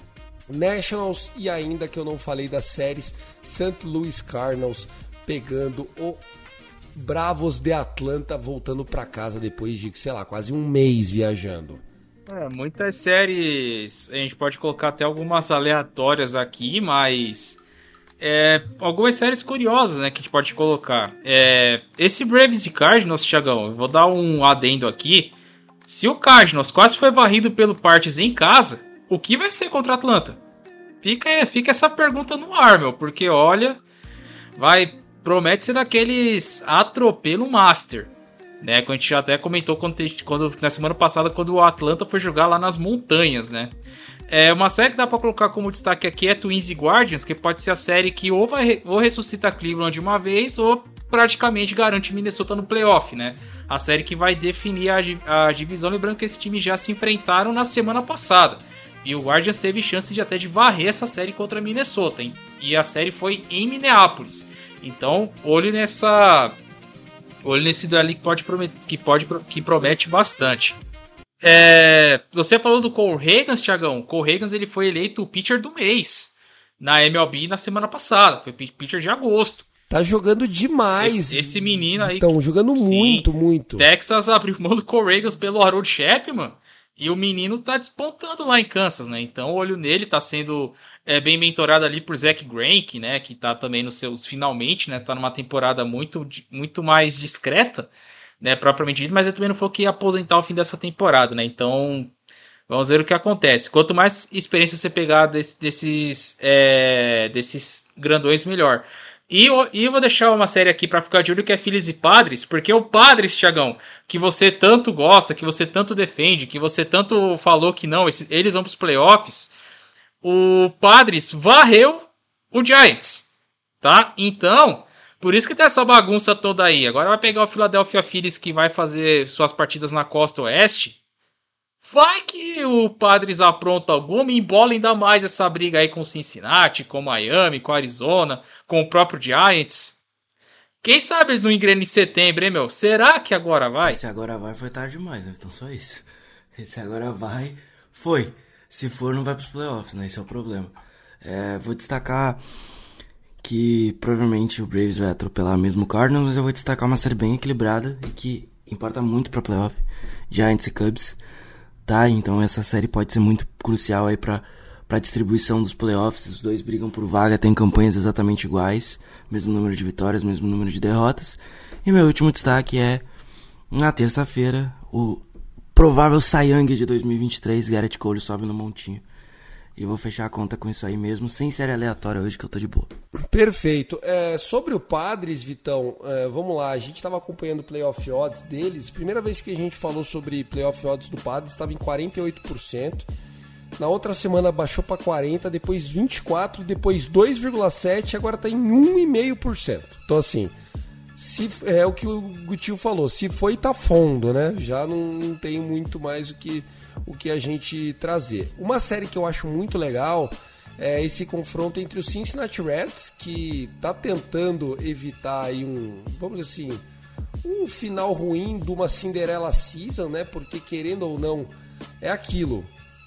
Speaker 5: Nationals. E ainda que eu não falei das séries, Saint Louis Cardinals pegando o Bravos de Atlanta, voltando para casa depois de, sei lá, quase um mês viajando.
Speaker 7: É, muitas séries, a gente pode colocar até algumas aleatórias aqui, mas É, algumas séries curiosas, né, que a gente pode colocar. É, esse Braves e Cardinals, Thiagão, eu vou dar um adendo aqui. Se o Cardinals quase foi varrido pelo Partis em casa, o que vai ser contra a Atlanta? Fica, fica essa pergunta no ar, meu, porque olha, vai, promete ser daqueles atropelo master, né? Que a gente já até comentou quando, quando, na semana passada, quando o Atlanta foi jogar lá nas montanhas, né? É uma série que dá pra colocar como destaque aqui é Twins e Guardians, que pode ser a série que ou, vai, ou ressuscita Cleveland de uma vez, ou praticamente garante Minnesota no playoff, né? A série que vai definir a, a divisão, lembrando que esses times já se enfrentaram na semana passada. E o Guardians teve chance de até de varrer essa série contra Minnesota, hein? E a série foi em Minneapolis. Então, olho nessa... Olho nesse duelo que pode, promet... que, pode... que promete bastante. É... Você falou do Cole Ragans, Thiagão. O Cole Ragans ele foi eleito o pitcher do mês na M L B na semana passada. Foi pitcher de agosto.
Speaker 5: Tá jogando demais.
Speaker 7: Esse, esse menino aí...
Speaker 5: Estão jogando
Speaker 7: Sim,
Speaker 5: muito, muito.
Speaker 7: Texas abriu mão do Cole Ragans pelo Harold Chapman. E o menino tá despontando lá em Kansas, né? Então, olho nele, tá sendo é, bem mentorado ali por Zach Greinke, né? Que tá também nos seus finalmente, né? Tá numa temporada muito, muito mais discreta, né? Propriamente dito, mas ele também não falou que ia aposentar ao fim dessa temporada, né? Então, vamos ver o que acontece. Quanto mais experiência você pegar desse, desses, é, desses grandões, melhor. E eu, e eu vou deixar uma série aqui pra ficar de olho que é Phillies e Padres, porque o Padres, Thiagão, que você tanto gosta, que você tanto defende, que você tanto falou que não, esses, eles vão pros playoffs, o Padres varreu o Giants, tá? Então, por isso que tem essa bagunça toda aí. Agora vai pegar o Philadelphia Phillies que vai fazer suas partidas na costa oeste. Vai que o Padres apronta alguma e embola ainda mais essa briga aí com o Cincinnati, com o Miami, com o Arizona, com o próprio Giants. Quem sabe eles não engrenam em setembro, hein, meu? Será que agora vai?
Speaker 6: Esse agora vai foi tarde demais, né? Então só isso. Esse agora vai, foi. Se for, não vai pros playoffs, né? Esse é o problema. É, vou destacar que provavelmente o Braves vai atropelar mesmo o Cardinals, mas eu vou destacar uma série bem equilibrada e que importa muito pra playoff. Giants e Cubs. Tá, então essa série pode ser muito crucial aí pra, pra distribuição dos playoffs. Os dois brigam por vaga, tem campanhas exatamente iguais, mesmo número de vitórias, mesmo número de derrotas. E meu último destaque é, na terça-feira, o provável Cy Young de dois mil e vinte e três, Gerrit Cole, sobe no montinho. E vou fechar a conta com isso aí mesmo, sem série aleatória hoje, que eu tô de boa.
Speaker 5: Perfeito. É, sobre o Padres, Vitão, é, vamos lá, a gente estava acompanhando o playoff odds deles. Primeira vez que a gente falou sobre playoff odds do Padres, estava em quarenta e oito por cento. Na outra semana baixou para quarenta por cento, depois vinte e quatro por cento, depois dois vírgula sete por cento, agora está em um vírgula cinco por cento. Então assim, se, é o que o Gutinho falou, se foi tá fundo, né? Já não, não tem muito mais o que, o que a gente trazer. Uma série que eu acho muito legal é esse confronto entre o Cincinnati Reds, que tá tentando evitar aí um, vamos dizer assim, um final ruim de uma Cinderella Season, né? Porque querendo ou não, é aquilo.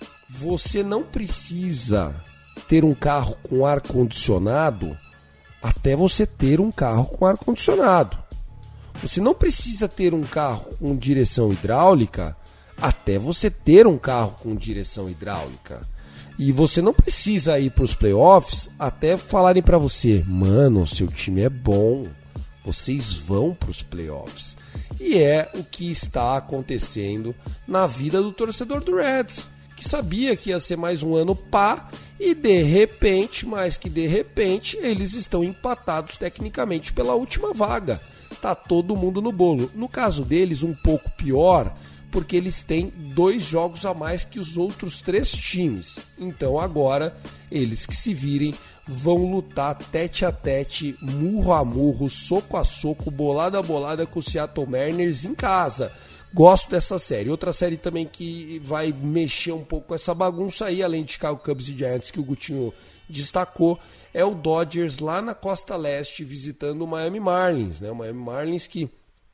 Speaker 5: Você não precisa ter um carro com ar-condicionado até você ter um carro com ar-condicionado. Você não precisa ter um carro com direção hidráulica até você ter um carro com direção hidráulica. E você não precisa ir para os playoffs até falarem para você, mano, seu time é bom, vocês vão para os playoffs. E é o que está acontecendo na vida do torcedor do Reds, que sabia que ia ser mais um ano pá, e de repente, mais que de repente, eles estão empatados tecnicamente pela última vaga. Tá todo mundo no bolo. No caso deles, um pouco pior, porque eles têm dois jogos a mais que os outros três times. Então agora, eles que se virem, vão lutar tete a tete, murro a murro, soco a soco, bolada a bolada com o Seattle Mariners em casa. Gosto dessa série. Outra série também que vai mexer um pouco com essa bagunça aí, além de Chicago Cubs e Giants, que o Gutinho destacou, é o Dodgers lá na Costa Leste, visitando o Miami Marlins, né? O Miami Marlins que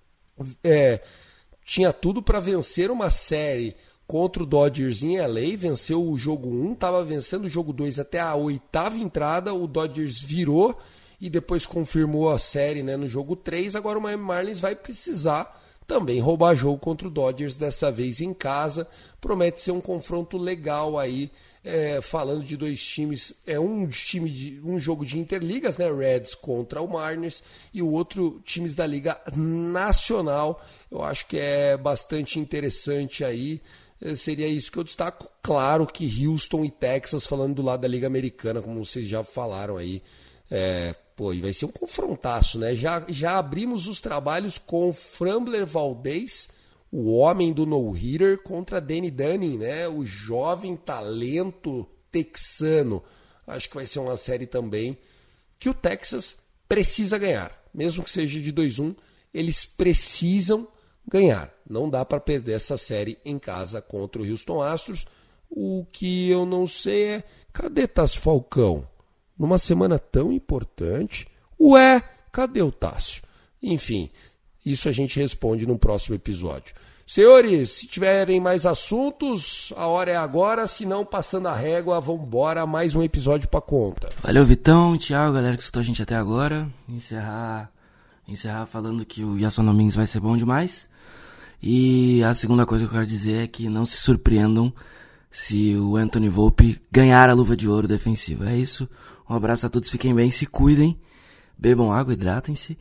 Speaker 5: é, tinha tudo para vencer uma série contra o Dodgers em L A, venceu o jogo um, estava vencendo o jogo dois até a oitava entrada, o Dodgers virou e depois confirmou a série, né, no jogo três. Agora o Miami Marlins vai precisar também roubar jogo contra o Dodgers, dessa vez em casa. Promete ser um confronto legal aí, é, falando de dois times, é um time de um jogo de interligas, né? Reds contra o Mariners, e o outro times da Liga Nacional. Eu acho que é bastante interessante aí. Seria isso que eu destaco. Claro que Houston e Texas, falando do lado da Liga Americana, como vocês já falaram aí, é, pô, e vai ser um confrontaço, né? Já, já abrimos os trabalhos com o Framber Valdez, o homem do no-hitter, contra Danny Dunning, né? O jovem talento texano. Acho que vai ser uma série também que o Texas precisa ganhar. Mesmo que seja de dois a um, eles precisam ganhar. Não dá para perder essa série em casa contra o Houston Astros. O que eu não sei é, cadê Tássio Falcão? Numa semana tão importante. Ué, cadê o Tássio? Enfim, isso a gente responde no próximo episódio. Senhores, se tiverem mais assuntos, a hora é agora. Se não, passando a régua, vamos embora. Mais um episódio para conta.
Speaker 6: Valeu, Vitão, Thiago, galera que escutou a gente até agora. Encerrar, encerrar falando que o Yason Domingos vai ser bom demais. E a segunda coisa que eu quero dizer é que não se surpreendam se o Anthony Volpe ganhar a luva de ouro defensiva. É isso. Um abraço a todos, fiquem bem, se cuidem, bebam água, hidratem-se.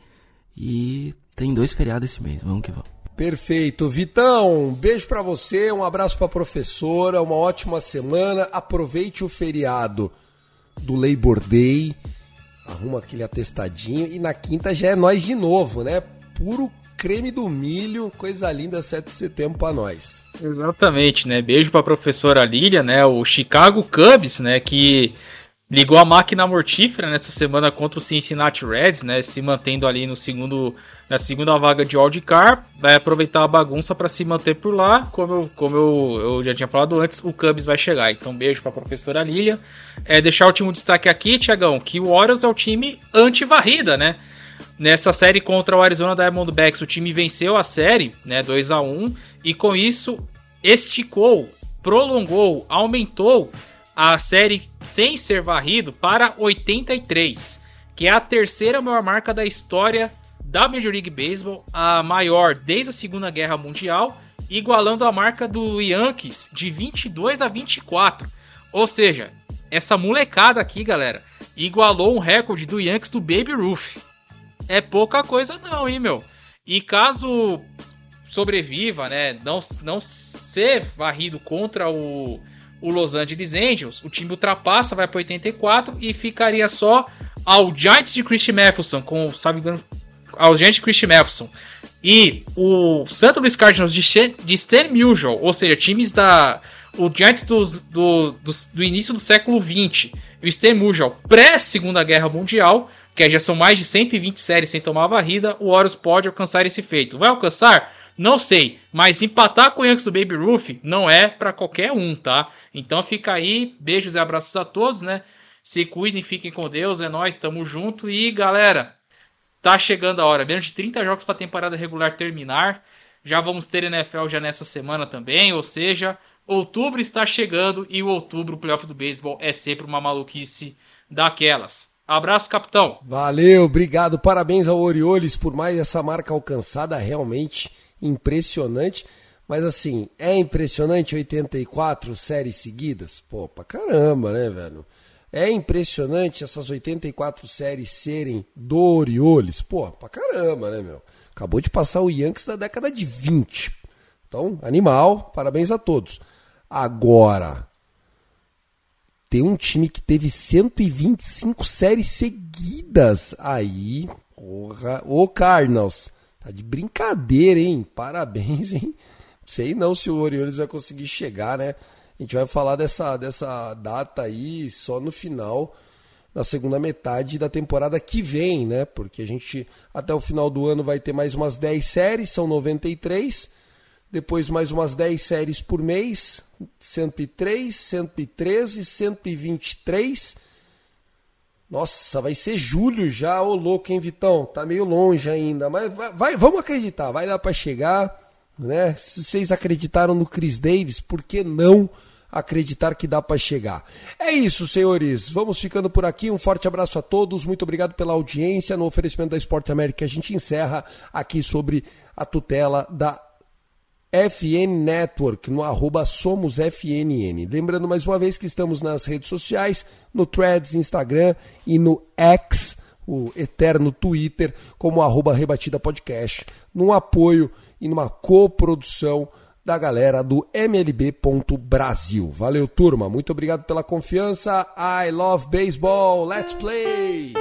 Speaker 6: E tem dois feriados esse mês, vamos que vamos.
Speaker 5: Perfeito. Vitão, um beijo pra você, um abraço pra professora, uma ótima semana. Aproveite o feriado do Labor Day, arruma aquele atestadinho e na quinta já é nós de novo, né? Puro creme do milho, coisa linda, sete de setembro pra nós.
Speaker 7: Exatamente, né? Beijo pra professora Lília, né? O Chicago Cubs, né? Que ligou a máquina mortífera nessa semana contra o Cincinnati Reds, né? Se mantendo ali no segundo, na segunda vaga de wildcard. Vai aproveitar a bagunça para se manter por lá. Como, eu, como eu, eu já tinha falado antes, o Cubs vai chegar. Então, beijo pra professora Lília. É, deixar o último destaque aqui, Thiagão, que o Orioles é o time anti-varrida, né? Nessa série contra o Arizona Diamondbacks, o time venceu a série, né, dois a um, e com isso esticou, prolongou, aumentou a série sem ser varrido para oitenta e três, que é a terceira maior marca da história da Major League Baseball, a maior desde a Segunda Guerra Mundial, igualando a marca do Yankees de vinte e dois a vinte e quatro. Ou seja, essa molecada aqui, galera, igualou um recorde do Yankees do Babe Ruth. É pouca coisa não, hein, meu? E caso sobreviva, né, não, não ser varrido contra o, o Los Angeles Angels, o time ultrapassa, vai para oitenta e quatro e ficaria só ao Giants de Christian Matheson, com, sabe, ao Giants de Christian Matheson e o Saint Louis Cardinals de, de Stan Musial, ou seja, times da... o Giants do, do, do, do início do século vinte e o Stan Musial pré-Segunda Guerra Mundial, que já são mais de cento e vinte séries sem tomar varrida, o Orioles pode alcançar esse feito. Vai alcançar? Não sei, mas empatar com o Yankees do Babe Ruth não é pra qualquer um, tá? Então fica aí, beijos e abraços a todos, né? Se cuidem, fiquem com Deus, é nóis, tamo junto. E galera, tá chegando a hora, menos de trinta jogos pra temporada regular terminar. Já vamos ter N F L já nessa semana também, ou seja, outubro está chegando e o outubro, o playoff do beisebol, é sempre uma maluquice daquelas. Abraço, capitão.
Speaker 5: Valeu, obrigado. Parabéns ao Orioles por mais essa marca alcançada, realmente impressionante. Mas assim, é impressionante oitenta e quatro séries seguidas? Pô, pra caramba, né, velho? É impressionante essas oitenta e quatro séries serem do Orioles? Pô, pra caramba, né, meu? Acabou de passar o Yankees da década de vinte. Então, animal, parabéns a todos. Agora, tem um time que teve cento e vinte e cinco séries seguidas. Aí, porra, ô Cardinals, tá de brincadeira, hein? Parabéns, hein? Sei não se o Orioles vai conseguir chegar, né? A gente vai falar dessa, dessa data aí só no final, na segunda metade da temporada que vem, né? Porque a gente, até o final do ano, vai ter mais umas dez séries, são noventa e três. Depois mais umas dez séries por mês, cento e três, cento e treze, cento e vinte e três. Nossa, vai ser julho já, ô louco, hein, Vitão? Tá meio longe ainda, mas vai, vai, vamos acreditar, vai dar para chegar, né? Se vocês acreditaram no Chris Davis, por que não acreditar que dá para chegar. É isso, senhores. Vamos ficando por aqui. Um forte abraço a todos. Muito obrigado pela audiência. No oferecimento da Sport América, a gente encerra aqui sobre a tutela da F N Network, no arroba SomosFNN. Lembrando mais uma vez que estamos nas redes sociais, no Threads, Instagram e no X, o eterno Twitter, como arroba Rebatida Podcast, num apoio e numa coprodução da galera do M L B ponto Brasil. Valeu, turma. Muito obrigado pela confiança. I love baseball. Let's play!